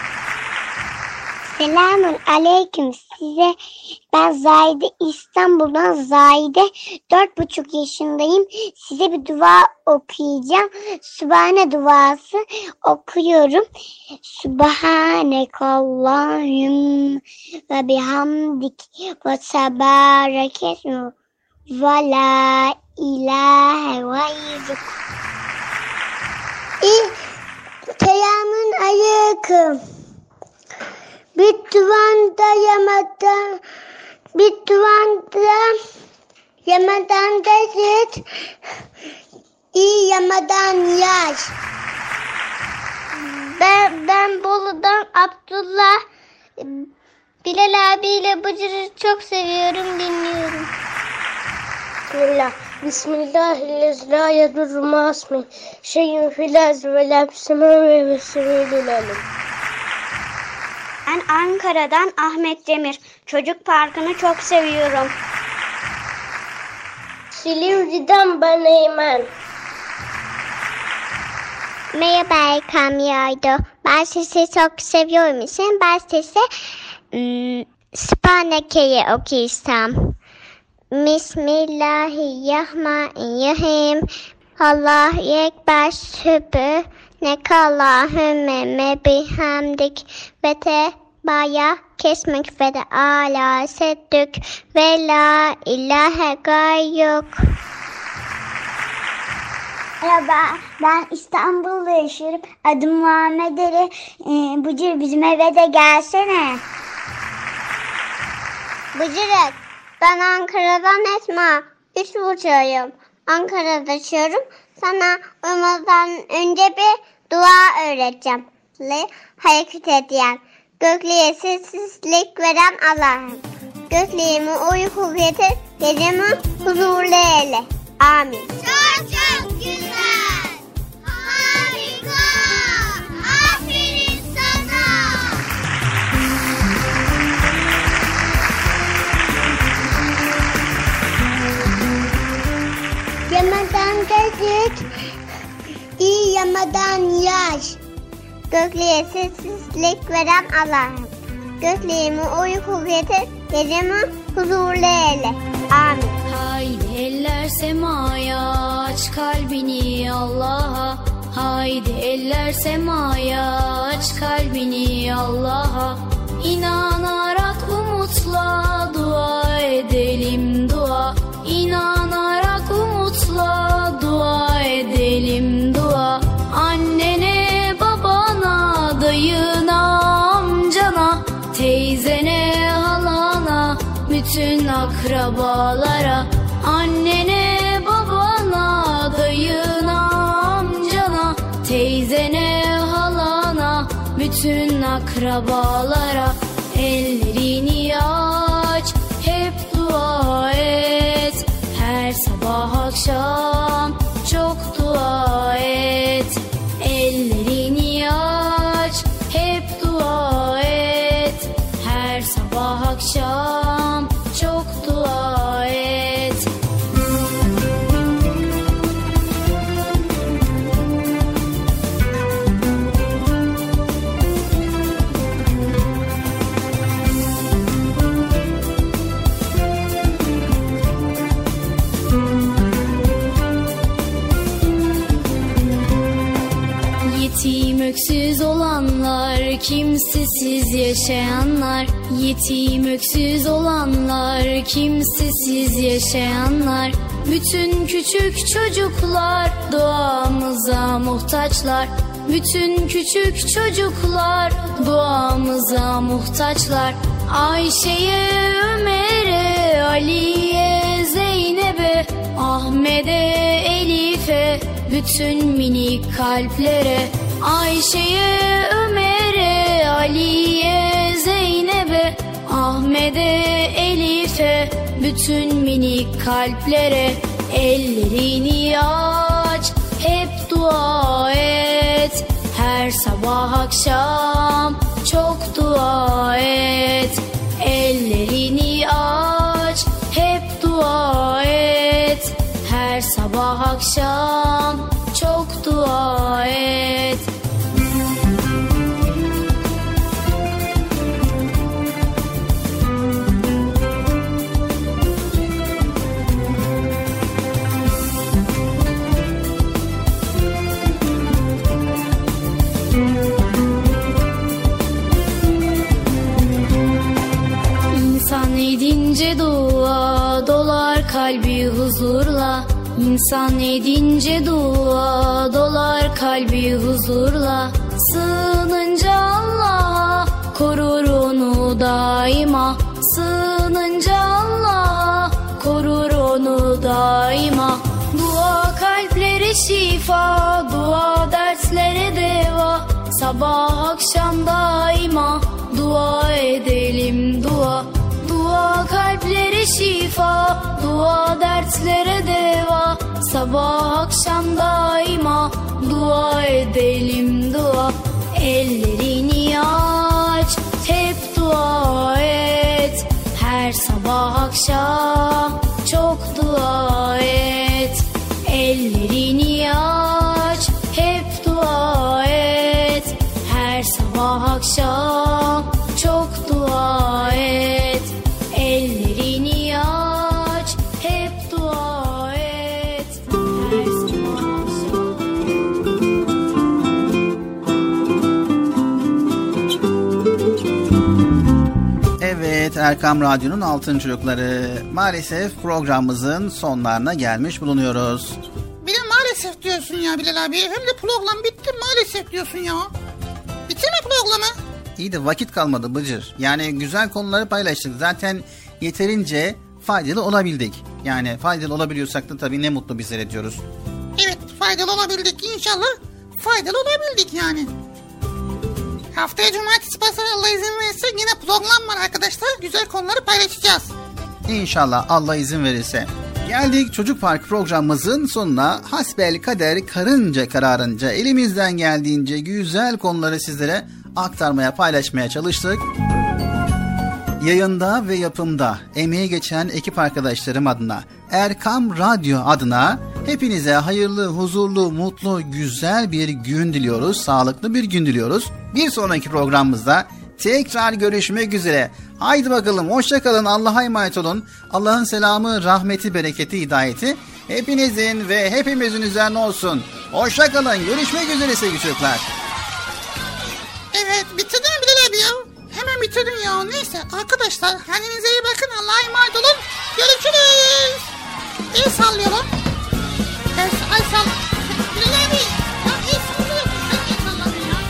Selamun aleyküm size. Ben Zahide, İstanbul'dan Zahide. 4,5 yaşındayım. Size bir dua okuyacağım. Sübhane duası okuyorum. Sübhanekallahüm ve bihamdik ve tebarekesmu ve la ilahe gayruk. Selamun aleyküm. Bitvanda yamadan dezit, iyi yamadan yaş. Ben Bolu'dan Abdullah. Bilal abiyle Bıcır'ı çok seviyorum, dinliyorum. Bismillah. Bismillahirrahmanirrahim. Şeyin filaz ve lapsime ve vesilülülelim. Ben Ankara'dan Ahmet Demir. Çocuk parkını çok seviyorum. Silivri'den ben Eymen. Merhaba Erkam Yaydo. Ben sizi çok seviyorum. Ben size Sübhaneke'yi okuyacağım. Bismillahirrahmanirrahim. Allahu Ekber. Sübhanekallahümme bihamdik ve tebaya kesmek ve de ala seddük ve la ilahe gayruk. Merhaba, ben İstanbul'da yaşıyorum. Adım Muhammed Ali. Bıcır bizim eve de gelsene. Bıcırık, ben Ankara'dan Esma. 3,5'yım. Ankara'da yaşıyorum. Sana uyumadan önce bir dua öğreteceğim. Hareket edeceğim. Göklüğe sessizlik veren Allah'ım. Göklüğümü uyku getir, gecemi huzurlu eyle. Amin. Çok güzel. Harika. Aferin sana. İyi yamadan yaş. Göklüğe sessizlik veren Allah'ım. Gökleğimi uyku getir, gecemi huzurlu eyle. Amin. Haydi eller semaya, aç kalbini Allah'a. Haydi eller semaya, aç kalbini Allah'a. İnanarak umutla dua edelim dua. İnanarak umutla dua edelim dua. Annene, babana, dayına, amcana, teyzene, halana, bütün akrabalara. Annene, babana, dayına, amcana, teyzene, halana, bütün akrabalara. Ellerini aç, hep dua et. Her sabah akşam çok dua et. Ellerini aç, hep dua et. Her sabah akşam çok dua et. Yetim öksüz olanlar, kimsesiz yaşayanlar. Yetim öksüz olanlar, kimsesiz yaşayanlar. Bütün küçük çocuklar duamıza muhtaçlar. Bütün küçük çocuklar duamıza muhtaçlar. Ayşe'ye, Ömer'e, Ali'ye, Zeynep'e, Ahmet'e, Elif'e, bütün minik kalplere. Ayşe'ye, Ömer'e, Ali'ye, Zeynep'e, Ahmet'e, Elif'e, bütün minik kalplere. Ellerini aç, hep dua et. Her sabah akşam çok dua et. Ellerini aç, hep dua et. Her sabah akşam çok dua et. İnsan edince dua dolar kalbi huzurla. İnsan edince dua dolar kalbi huzurla. Sığınınca Allah'a korur onu daima. Sığınınca Allah'a korur onu daima. Dua kalplere şifa, dua dertlere deva. Sabah akşam daima dua edelim dua. Dua kalplere şifa, dua dertlere deva. Sabah akşam daima dua edelim dua. Ellerini aç, hep dua et. Her sabah akşam çok dua et. Ellerini aç, hep dua et. Her sabah akşam çok dua et. Ellerini aç, hep dua et. Her sabah akşam. Evet, Erkam Radyo'nun Altın Çocukları. Maalesef programımızın sonlarına gelmiş bulunuyoruz. Bir de maalesef diyorsun ya Bilal abi. Hem de program bitti maalesef diyorsun ya. Bitti mi programı? İyi de vakit kalmadı Bıcır. Yani güzel konuları paylaştık. Zaten yeterince faydalı olabildik. Yani faydalı olabiliyorsak da tabii ne mutlu bizlere diyoruz. Evet, faydalı olabildik inşallah. Faydalı olabildik yani. Haftaya cumartesi pazar Allah izin verirse yine program var arkadaşlar. Güzel konuları paylaşacağız. İnşallah Allah izin verirse. Geldik Çocuk Park programımızın sonuna. Hasbel kader karınca kararınca elimizden geldiğince güzel konuları sizlere aktarmaya, paylaşmaya çalıştık. Yayında ve yapımda emeği geçen ekip arkadaşlarım adına, Erkam Radyo adına Hepinize hayırlı, huzurlu, mutlu, güzel bir gün diliyoruz. Sağlıklı bir gün diliyoruz. Bir sonraki programımızda tekrar görüşmek üzere. Haydi bakalım, hoşça kalın, Allah'a emanet olun. Allah'ın selamı, rahmeti, bereketi, hidayeti hepinizin ve hepimizin üzerine olsun. Hoşça kalın, görüşmek üzere sevgili çocuklar. Evet, bitirdin mi Bilal abi ya? Hemen bitirdin ya. Neyse arkadaşlar, kendinize iyi bakın, Allah'a emanet olun. Görüşürüz. El sallayalım. El sall. Bilal abi. Ya el sallıyor. Sen el salladın ya.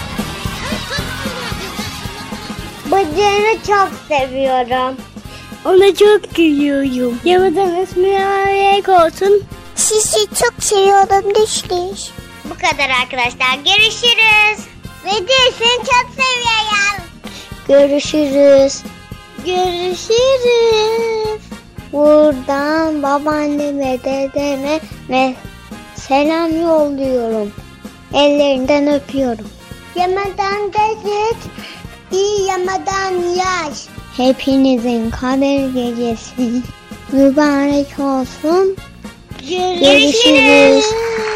Bıcığını çok seviyorum. Ona çok gülüyorum. Yamadanız mübarek olsun. Sizi çok seviyorum düştüş. Bu kadar arkadaşlar. Görüşürüz. Ve seni çok seviyorum. Görüşürüz. Görüşürüz. Buradan babaanneme, dedeme ve selam yolluyorum. Ellerinden öpüyorum. Yamadan gecet, iyi yamadan yaş. Hepinizin kader gecesi mübarek olsun. Görüşürüz.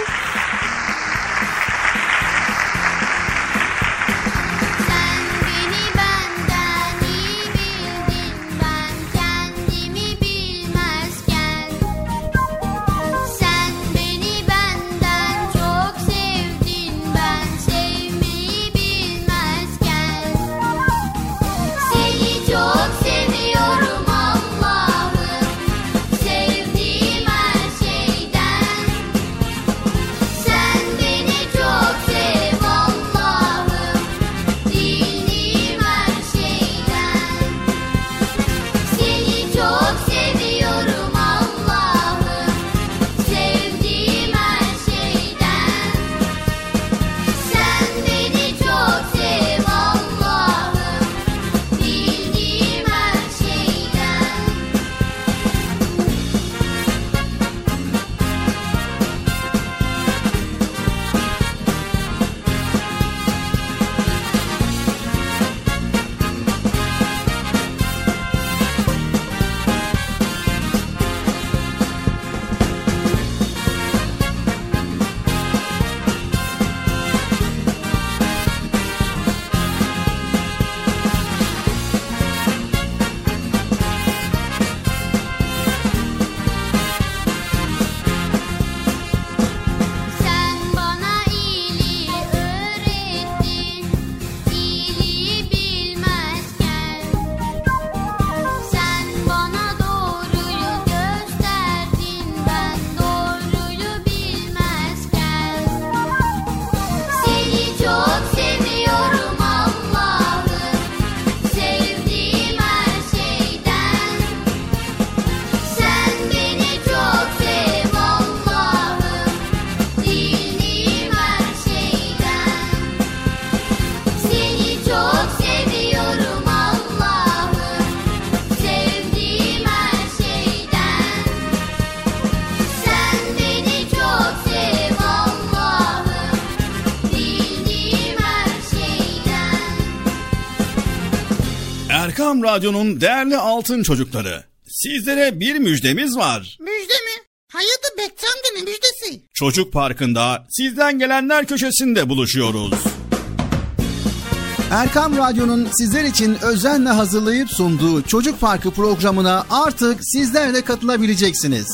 Erkam Radyo'nun değerli altın çocukları, sizlere bir müjdemiz var. Müjde mi? Hayırdır Bekçi amca, ne müjdesi? Çocuk Parkı'nda sizden gelenler köşesinde buluşuyoruz. Erkam Radyo'nun sizler için özenle hazırlayıp sunduğu Çocuk Parkı programına artık sizler de katılabileceksiniz.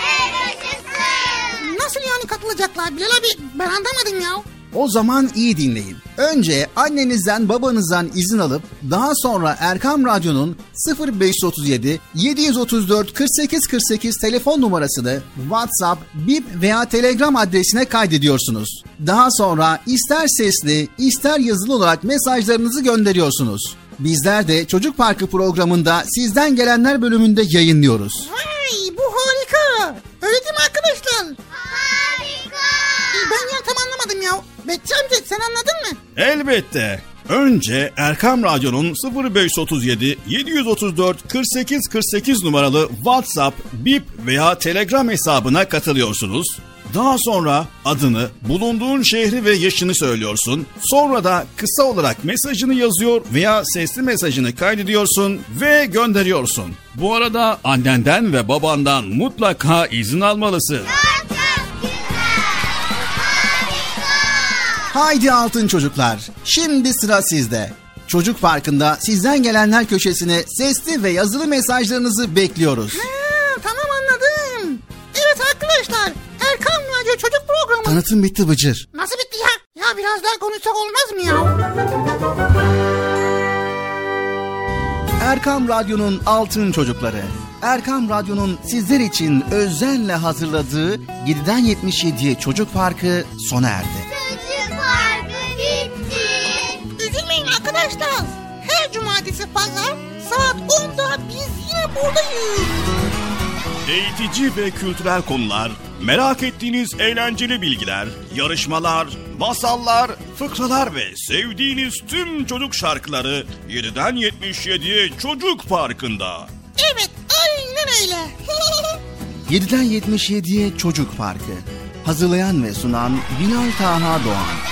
Nasıl yani katılacaklar Bilal abi? Ben anlamadım ya. O zaman iyi dinleyin. Önce annenizden babanızdan izin alıp daha sonra Erkam Radyo'nun 0537 734 48 48 telefon numarasını WhatsApp, Bip veya Telegram adresine kaydediyorsunuz. Daha sonra ister sesli ister yazılı olarak mesajlarınızı gönderiyorsunuz. Bizler de Çocuk Parkı programında sizden gelenler bölümünde yayınlıyoruz. Vay, bu harika. Öyle değil mi arkadaşlar? Harika. Ben ya tam anlamadım ya. Bekçi amca sen anladın mı? Elbette. Önce Erkam Radyo'nun 0537 734 48 48 numaralı WhatsApp, Bip veya Telegram hesabına katılıyorsunuz. Daha sonra adını, bulunduğun şehri ve yaşını söylüyorsun. Sonra da kısa olarak mesajını yazıyor veya sesli mesajını kaydediyorsun ve gönderiyorsun. Bu arada annenden ve babandan mutlaka izin almalısın. Haydi altın çocuklar, şimdi sıra sizde. Çocuk Parkı'nda sizden gelenler köşesine sesli ve yazılı mesajlarınızı bekliyoruz. Tamam, anladım. Evet arkadaşlar, Erkam Radyo Çocuk Programı. Tanıtım bitti Bıcır. Nasıl bitti ya? Ya biraz daha konuşsak olmaz mı ya? Erkam Radyo'nun altın çocukları. Erkam Radyo'nun sizler için özenle hazırladığı 7'den 77'ye Çocuk Parkı sona erdi. Çocuk Parkı bitti. Üzülmeyin arkadaşlar. Her cumartesi pazar saat 10'da biz yine buradayız. Eğitici ve kültürel konular, merak ettiğiniz eğlenceli bilgiler, yarışmalar, masallar, fıkralar ve sevdiğiniz tüm çocuk şarkıları 7'den 77'ye Çocuk Parkı'nda. Evet, aynen öyle. 7'den 77'ye Çocuk Parkı. Hazırlayan ve sunan Bilal Taha Doğan.